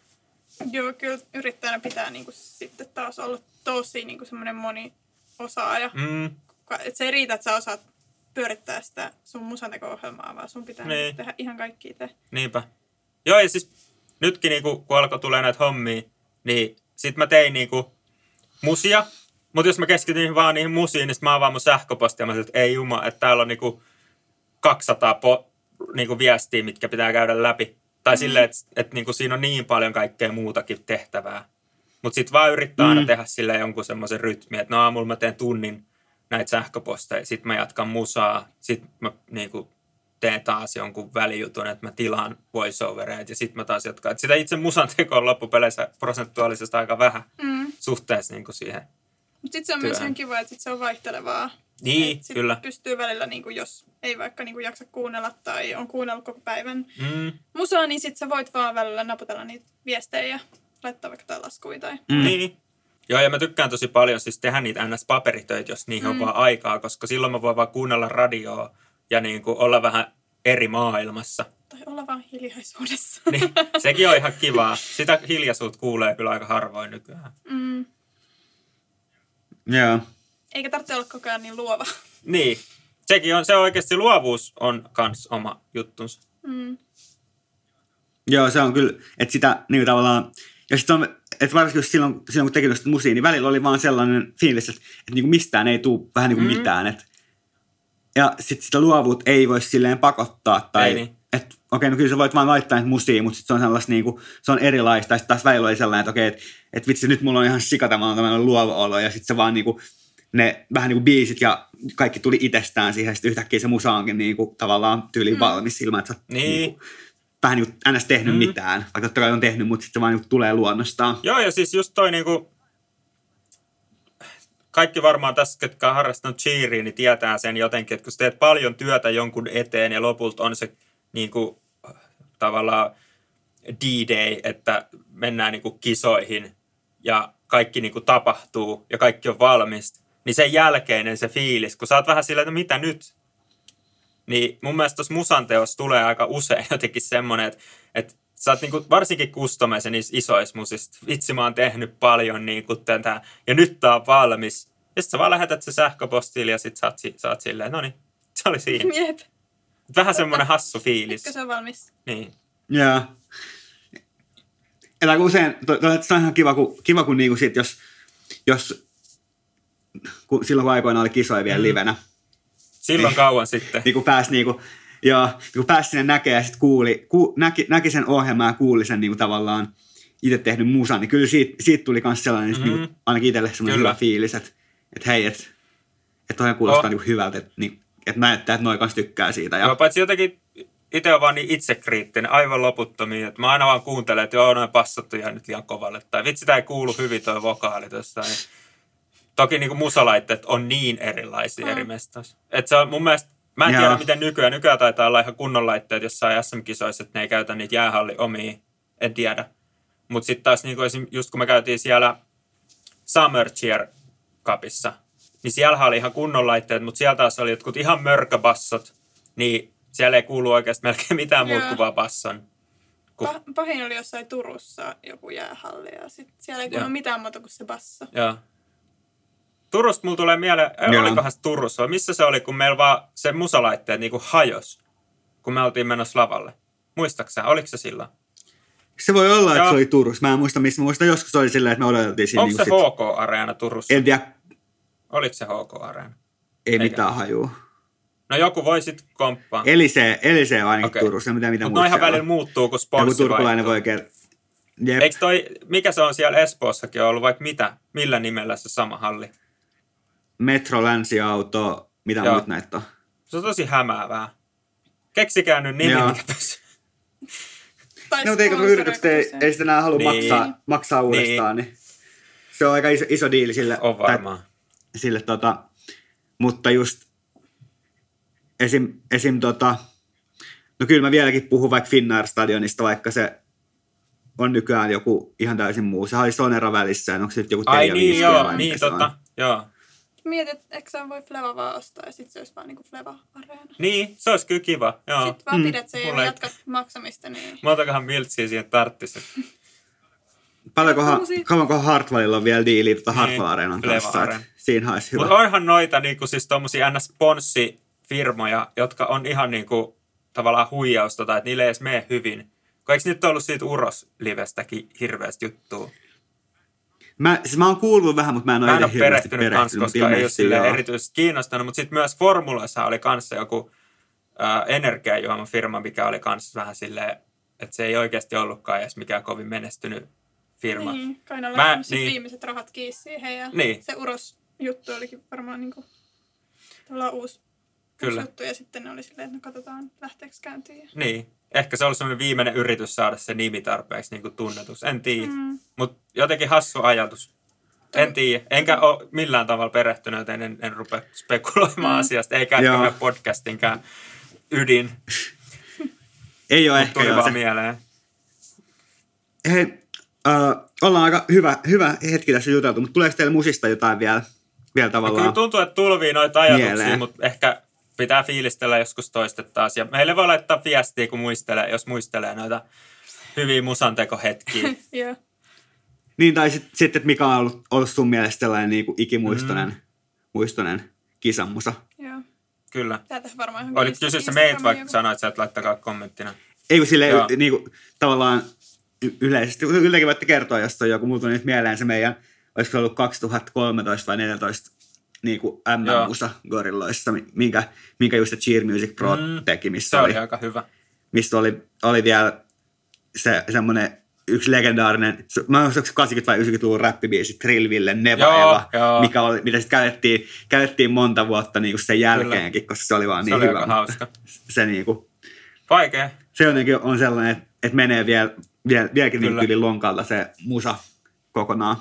Joo, kyllä yrittäjänä pitää niin kuin sitten taas olla tosi niin kuin semmoinen moniosaaja. Että se ei riitä, että sä osaat pyörittää sitä sun musanteko-ohjelmaa, vaan sun pitää niin tehdä ihan kaikki itse. Niinpä. Joo, ja siis nytkin niin kuin, kun alkoi tulee näitä hommia, niin sit mä tein niin kuin musia. Mutta jos mä keskityin vaan niihin musiin, niin mä avaan mun sähköpostia ja mä sanoin, että ei juma, että täällä on niinku 200 niinku viestiä, mitkä pitää käydä läpi. Tai silleen, että niinku siinä on niin paljon kaikkea muutakin tehtävää. Mutta sitten vaan yrittää aina tehdä silleen jonkun semmoisen rytmin, että no aamulla mä teen tunnin näitä sähköposteja, sitten mä jatkan musaa, sitten mä niinku teen taas jonkun välijutun, että mä tilaan voiceovereita ja sitten mä taas jatkan. Et sitä itse musan teko on loppupeleissä prosentuaalisesti aika vähän suhteessa niinku siihen. Mutta sitten se on myös ihan kiva, että sit se on vaihtelevaa. Niin, kyllä. Pystyy välillä, niin kuin jos ei vaikka niin kuin jaksa kuunnella tai on kuunnellut koko päivän musaa, niin sitten sä voit vaan välillä naputella niitä viestejä ja laittaa vaikka jotain laskuja tai... Niin. Joo, ja mä tykkään tosi paljon siis tehdä niitä NS-paperitöitä, jos niihin on vaan aikaa, koska silloin mä voin vaan kuunnella radioa ja niin kuin olla vähän eri maailmassa. Tai olla vaan hiljaisuudessa. Niin, sekin on ihan kivaa. Sitä hiljaisuutta kuulee kyllä aika harvoin nykyään. Joo. Eikä tarvitse olla koko ajan niin luova. Niin. Sekin on, se oikeasti luovuus on kans oma juttunsa. Joo, se on kyllä, että sitä niin tavallaan, ja sitten on, että varsinkin silloin kun teki noista musiin, niin välillä oli vaan sellainen fiilis, että niin kuin mistään ei tule vähän niin kuin mitään. Ja sitten sitä luovuutta ei voi silleen pakottaa, tai niin. että okei, no kyllä sä voit vaan laittaa niitä musiin, mutta sitten se on sellaista niin kuin, se on erilaista, tai sitten taas välillä oli sellainen, että okei, että vitsi, nyt mulla on ihan tämmöinen luova olo, ja sitten se vaan niin kuin, ne vähän niin kuin biisit ja kaikki tuli itsestään siihen, ja sitten yhtäkkiä se musa onkin niin kuin, tavallaan tyyliin valmis ilman, että sä niin kuin, vähän niin kuin ns. Tehnyt mitään, vaikka totta kai on tehnyt, mutta sitten se vaan niin kuin, tulee luonnostaan. Joo, ja siis just toi niinku, kaikki varmaan tässä, ketkä on harrastanut cheeria, niin tietää sen jotenkin, että kun sä teet paljon työtä jonkun eteen ja lopulta on se niinku, tavallaan D-Day, että mennään niinku kisoihin ja kaikki niinku tapahtuu ja kaikki on valmista, niin sen jälkeinen se fiilis, kun sä oot vähän silleen, että mitä nyt? Niin mun mielestä tuossa musanteossa tulee aika usein jotenkin semmoinen, että sä oot niinku, varsinkin kustomeissa niissä isoissa musissa, vitsi mä oon tehnyt paljon niinku tätä, ja nyt tää on valmis. Ja sit sä vaan lähetät se sähköpostille ja sit sä oot silleen, no niin, se oli siinä. Jep. Vähän semmoinen hassu fiilis. Etkö se on valmis? Niin. Joo. Eli usein, se on ihan kiva kun niinku sit, jos silloin kun aikoina oli kisoja vielä livenä. Silloin kauan sitten. Niin kun pääsi sinne näkemään ja sitten näki sen ohjelman ja kuuli sen niin tavallaan itse tehnyt musan, niin kyllä siitä tuli myös sellainen, niin ainakin itselle sellainen hyvä fiilis, että hei, että toinen kuulostaa niin hyvältä, että näyttää, että noi kanssa tykkää siitä. Joo, paitsi jotenkin itse on vaan niin itsekriittinen, aivan loputtomia, että mä aina vaan kuuntelen, että joo, noin passattu ihan nyt liian kovalle, tai vitsi, tää ei kuulu hyvin toi vokaali tuossa. Toki niin kuin musalaitteet on niin erilaisia eri mestoissa. Että se on mun mielestä Mä en tiedä, Joo. miten nykyään. Nykyään taitaa olla ihan kunnon laitteet jossain SM-kisoissa, että ne ei käytä niitä jäähalli omia. En tiedä. Mutta sitten taas niin just kun me käytiin siellä Summer Cheer Cupissa, niin siellä oli ihan kunnon laitteet, mutta siellä taas oli jotkut ihan mörköbassot, niin siellä ei kuulu oikeasti melkein mitään muuta kuin vaan basson. Pahin oli jossain Turussa joku jäähalli ja sitten siellä ei kuulu mitään muuta kuin se basso. Joo. Turusta mulla tulee mieleen, olikohan se Turussa, missä se oli, kun meillä vaan se musalaitteet niin kuin hajos, kun me oltiin menossa lavalle. Muistaaksä, oliko se silloin? Se voi olla, että se oli Turussa. Mä en muista, missä. Mä muistan joskus oli silleen, että me odoteltiin siinä. Onko se HK-areena Turussa? En tiedä. Oliko se HK-areena? Ei mitään hajua. No joku voi sitten komppaa. Elisee on ainakin Turussa. Mitä mutta noihan välillä muuttuu, kun sponssi vaihtuu. Joku turkulainen voi Eikö mikä se on siellä Espoossakin ollut, vaikka mitä? Millä nimellä se sama halli? Metro, Länsiauto, mitä muut näitä on? Se on tosi hämäävää. Keksikää nyt nimi, mikä pysyy. No, mutta eikö yritykset ei sitä enää halua maksaa uudestaan, niin se on aika iso diili sille. On varmaan. Mutta just esim no kyllä mä vieläkin puhun vaikka Finnair-stadionista, vaikka se on nykyään joku ihan täysin muu. Se oli Sonera välissä, onko se nyt joku Ai niin, joo. Mietit, että eikö sä voi Fleva vaan ostaa ja sitten se olisi vaan niinku Fleva-areena. Niin, se olisi kyllä kiva, joo. Sitten vaan pidät sen ja jatkat maksamista. Niin. Montakohan miltsiä siihen tarttisi. Kauankohan Hartwallilla on vielä diiliä Hartwall-areenan kanssa, että siinä olisi hyvä. Mutta onhan noita niinku, siis tommosia NS-sponssifirmoja, jotka on ihan niinku, tavallaan huijausta tai että niille ei edes mene hyvin. Kun eikö nyt ollut siitä Uros-livestäkin hirveästi juttua? Mä oon kuullut vähän, mutta mä en ole perehtynyt kanssa, koska ei ole silleen erityisesti kiinnostanut. Mutta sitten myös Formulassa oli kanssa joku energiajuomafirma, mikä oli kanssa vähän silleen, että se ei oikeasti ollutkaan edes mikään kovin menestynyt firma. Niin, kai ne oli viimeiset rahat kiinni siihen ja se Uros-juttu olikin varmaan niinku, tavallaan uusi juttu. Ja sitten ne oli silleen, että no katsotaan lähteekö käyntiin. Niin. Ehkä se oli semmoinen viimeinen yritys saada se nimi tarpeeksi niin kuin tunnetus. En tiedä. Mutta jotenkin hassu ajatus. En tiedä. Enkä ole millään tavalla perehtynyt, joten en rupea spekuloimaan asiasta. Eikä ehkä podcastinkaan ydin. Ei ole ehkä tuli vaan mieleen. Hei, ollaan aika hyvä hetki tässä juteltu, mutta tuleeko teille musista jotain vielä tavallaan? Kyllä tuntuu, että tulvii noita ajatuksia, mutta ehkä pitää fiilistellä joskus toista taas. Ja meille voi laittaa viestiä, jos muistelee noita hyviä musantekohetkiä. Joo. Niin, tai sitten, että mikä on ollut sun mielestä sellainen niin kuin ikimuistoinen kisanmusa. Joo. Kyllä. Täältä varmaan ihan Oliko kysyssä meitä, vaikka sanoit, että laittakaa kommenttina? Ei kun silleen niin kuin, tavallaan yleisesti. Ylläkin voitte kertoa, jos on joku. Mulla tuli nyt mieleen se meidän, olisiko ollut 2013 vai 2014 niin kuin MM-musa Gorilloissa, minkä just Cheer Music Pro teki. Se oli aika hyvä. Mistä oli vielä semmoinen yksi legendaarinen, mä en muista 80- vai 90-luvun räppibiisi Trillville Neva Eva, mitä sitten käytettiin monta vuotta niin kuin sen jälkeenkin, koska se oli vaan niin hyvä. Se oli aika hauska. Se niin kuin, vaikea. Se jotenkin on sellainen, että menee vieläkin niin yli lonkalta se musa kokonaan.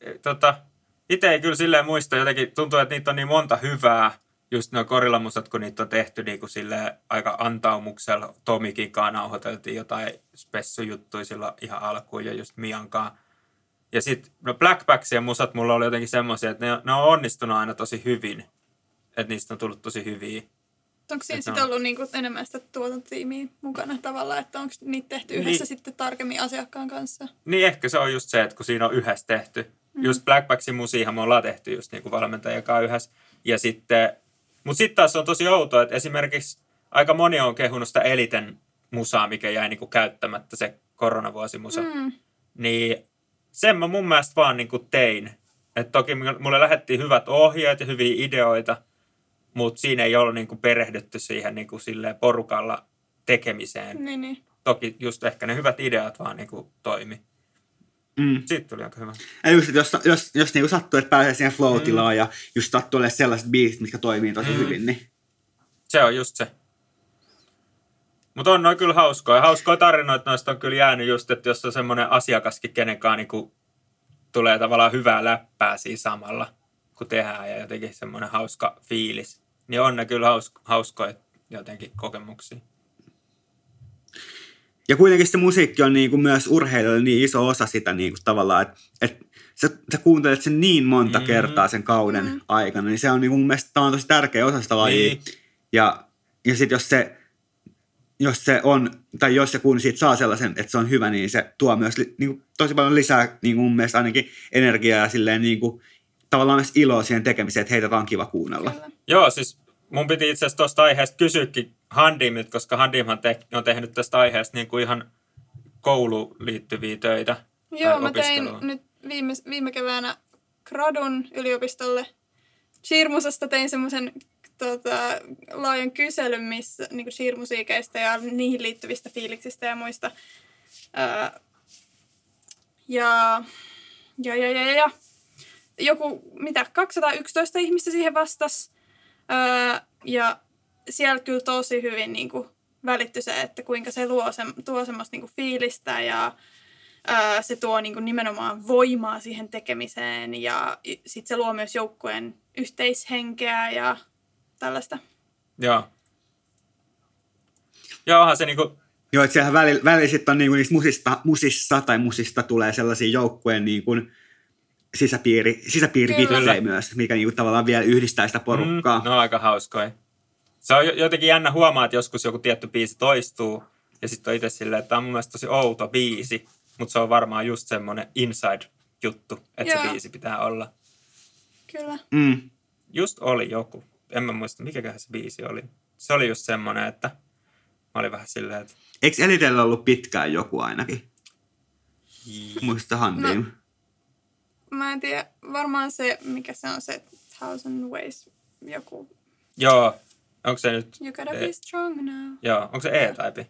Itse ei kyllä silleen muista, jotenkin tuntuu, että niitä on niin monta hyvää, just nuo Gorilla-musat, kun niitä on tehty niin kuin silleen aika antaumuksella. Tomikinkaan nauhoiteltiin jotain spessujuttuja silloin ihan alkuun ja just Miankaan. Ja sitten Blackbacksien musat mulla oli jotenkin semmoisia, että ne on onnistunut aina tosi hyvin. Että niistä on tullut tosi hyviä. Onko siinä sitten ollut niinku enemmän sitä tuotantotiimiä mukana tavallaan, että onko niitä tehty yhdessä sitten tarkemmin asiakkaan kanssa? Niin ehkä se on just se, että kun siinä on yhdessä tehty. Just Blackbacksin musiihan me ollaan tehty just niinku valmentajakaan yhdessä. Ja sitten, mutta sitten taas on tosi outoa, että esimerkiksi aika moni on kehunut sitä Eliten musaa, mikä jäi niinku käyttämättä, se koronavuosimusa. Niin sen mä mun mielestä vaan niinku tein. Että toki mulle lähdettiin hyvät ohjeet ja hyviä ideoita, mutta siinä ei ollut niinku perehdytty siihen niinku silleen porukalla tekemiseen. Niin. Toki just ehkä ne hyvät ideat vaan niinku toimi. Siitä tuli aika hyvä. Ja just, jos niinku sattuu, että pääsee siihen flow-tilaan ja just sattuu olemaan sellaiset biisit, mitkä toimii tosi hyvin, niin... Se on just se. Mutta on noin kyllä hauskoja. Hauskoja tarinoita noista on kyllä jäänyt just, että jos on semmoinen asiakaskin, kenenkaan niinku tulee tavallaan hyvää läppää siinä samalla, kun tehdään ja jotenkin semmoinen hauska fiilis. niin on ne kyllä hauskoja jotenkin kokemuksia. Ja kuitenkin se musiikki on niin kuin myös urheilijoille niin iso osa sitä niin kuin tavallaan, että sä kuuntelet sen niin monta kertaa sen kauden aikana, niin se on niin kuin mun mielestä tämä on tosi tärkeä osa sitä lajia. Niin. Ja sitten jos se on, tai jos se kun siitä saa sellaisen, että se on hyvä, niin se tuo myös niin kuin tosi paljon lisää niin kuin mun mielestä ainakin energiaa ja silleen niin kuin, tavallaan myös iloa siihen tekemiseen, että heitä on kiva kuunnella. Kyllä. Joo, siis mun piti itse asiassa tuosta aiheesta kysyäkin Handimit, koska Handimhan on tehnyt tästä aiheesta niin kuin ihan kouluun liittyviä töitä. Joo, mä tein nyt viime keväänä gradun yliopistolle. Cheer-musasta tein semmoisen laajan kyselyn, missä niin cheer-musiikeista ja niihin liittyvistä fiiliksistä ja muista. Ja. Joku, 211 ihmistä siihen vastasi. Ja siellä kyllä tosi hyvin niin kuin välittyi se, että kuinka se tuo semmoista niin kuin fiilistä ja se tuo niin kuin nimenomaan voimaa siihen tekemiseen ja sitten se luo myös joukkueen yhteishenkeä ja tällaista. Joo. Joo, onhan se niinku... Joo, että siellä välillä sitten on niinku niistä musista tulee sellaisia joukkueen niinku sisäpiirivittejä myös, mikä niinku tavallaan vielä yhdistää sitä porukkaa. No aika hauskoja. Se on jotenkin jännä huomaa, että joskus joku tietty biisi toistuu ja sitten on itse silleen, että tämä on mun mielestä tosi outo biisi, mutta se on varmaan just semmoinen inside-juttu, että se biisi pitää olla. Kyllä. Just oli joku. En mä muista, mikäköhän se biisi oli. Se oli just semmoinen, että mä olin vähän silleen, että... Eikö Elitellä ollut pitkään joku ainakin? Muista Handim. No, mä en tiedä. Varmaan se, mikä se on se Thousand Ways joku. Joo. Onko se nyt... You gotta be strong now. Joo. Onko se E-taipi?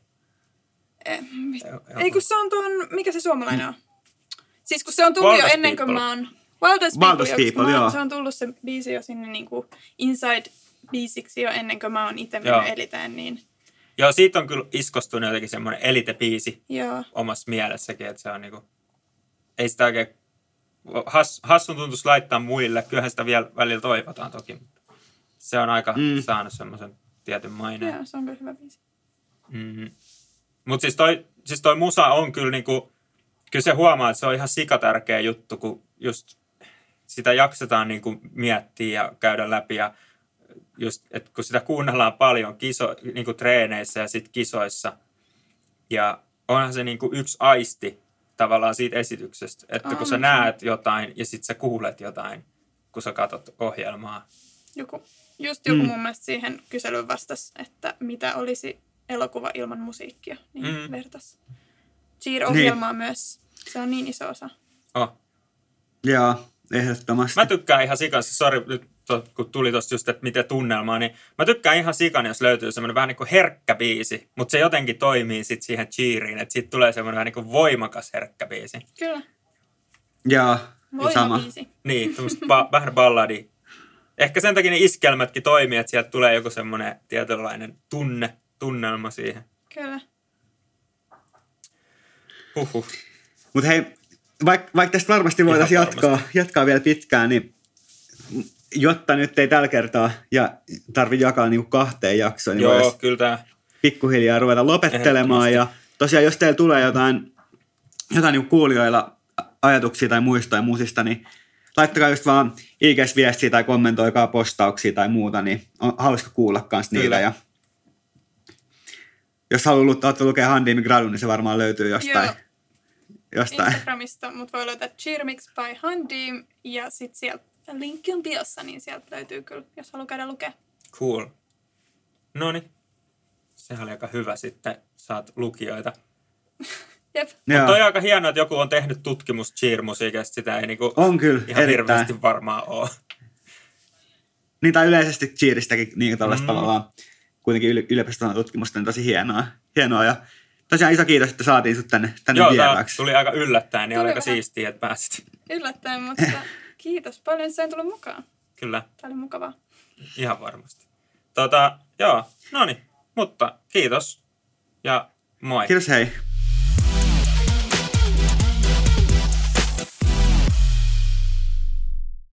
Ei, kun se on tuon... Mikä se suomalainen on? Siis kun se on tullut jo ennen kuin mä oon... Wildest People, joo. Se on tullut se biisi jo sinne niinku Inside-biisiksi jo ennen kuin mä oon itse mennyt Eliteen, niin... Joo, siitä on kyllä iskostunut jotenkin semmoinen Elite-biisi omassa mielessäkin, että se on niinku... Ei sitä oikein... Hassun tuntuisi laittaa muille, kyllähän sitä vielä välillä toivotaan toki, mutta se on aika saanut semmoisen tietyn maineen. Joo, se on kyllä hyvä biisi. Mutta siis toi musa on kyllä niinku... Kyllä se huomaa, että se on ihan sikatärkeä juttu, kun just... Sitä jaksetaan niin kuin miettiä ja käydä läpi ja just, että kun sitä kuunnellaan paljon niin kuin treeneissä ja sitten kisoissa. Ja onhan se niin kuin yksi aisti tavallaan siitä esityksestä, että kun sä näet jotain ja sitten sä kuulet jotain, kun sä katsot ohjelmaa. Joku mun mielestä siihen kyselyyn vastasi, että mitä olisi elokuva ilman musiikkia, niin vertas. Cheer-ohjelmaa myös, se on niin iso osa. Joo. Ehdottomasti. Mä tykkään ihan sikan, sori nyt kun tuli tosta just, että miten tunnelmaa, niin mä tykkään ihan sikan, jos löytyy semmoinen vähän niin kuin herkkä biisi, mutta se jotenkin toimii sitten siihen cheeriin, että siitä tulee semmoinen vähän niin kuin voimakas herkkä biisi. Kyllä. Joo, sama. Niin, tämmöistä vähän balladia. Ehkä sen takia ne iskelmätkin toimii, että sieltä tulee joku semmoinen tietynlainen tunnelma siihen. Kyllä. Mutta hei, vaikka tästä varmasti voitaisiin jatkaa vielä pitkään, niin jotta nyt ei tällä kertaa ja tarvitse jakaa niinku 2 jaksoon, niin voitaisiin kyllä pikkuhiljaa ruveta lopettelemaan. Ja tosiaan, jos teillä tulee jotain niinku kuulijoilla ajatuksia tai muistoja musista, niin laittakaa just vaan IG-viestiä tai kommentoikaa postauksia tai muuta, niin on hauska kuulla kans niitä. Ja jos haluatte lukea Handimin gradun, niin se varmaan löytyy jostain. Instagramista, mutta voi löytää Cheermix by Handim ja sitten sieltä linkki on biossa, niin sieltä löytyy kyllä, jos haluaa käydä lukea. Cool. Noniin. Sehän oli aika hyvä sitten, saat lukijoita. Jep. Mutta toi on aika hienoa, että joku on tehnyt tutkimusta cheer-musiikista, sitä ei niinku on kyllä, ihan erittäin hirveästi varmaan ole. Niin tai yleisesti cheeristäkin niin tällaista tavallaan kuitenkin yliopiston tutkimusta on tosi hienoa ja tosiaan iso kiitos, että saatiin sut tänne vieraaksi. Tuli aika yllättäen, niin oli aika siistiä, että pääsit. Yllättäen, mutta kiitos paljon, että sain tulla mukaan. Kyllä. Tämä oli mukavaa. Ihan varmasti. No niin, mutta kiitos ja moi. Kiitos, hei.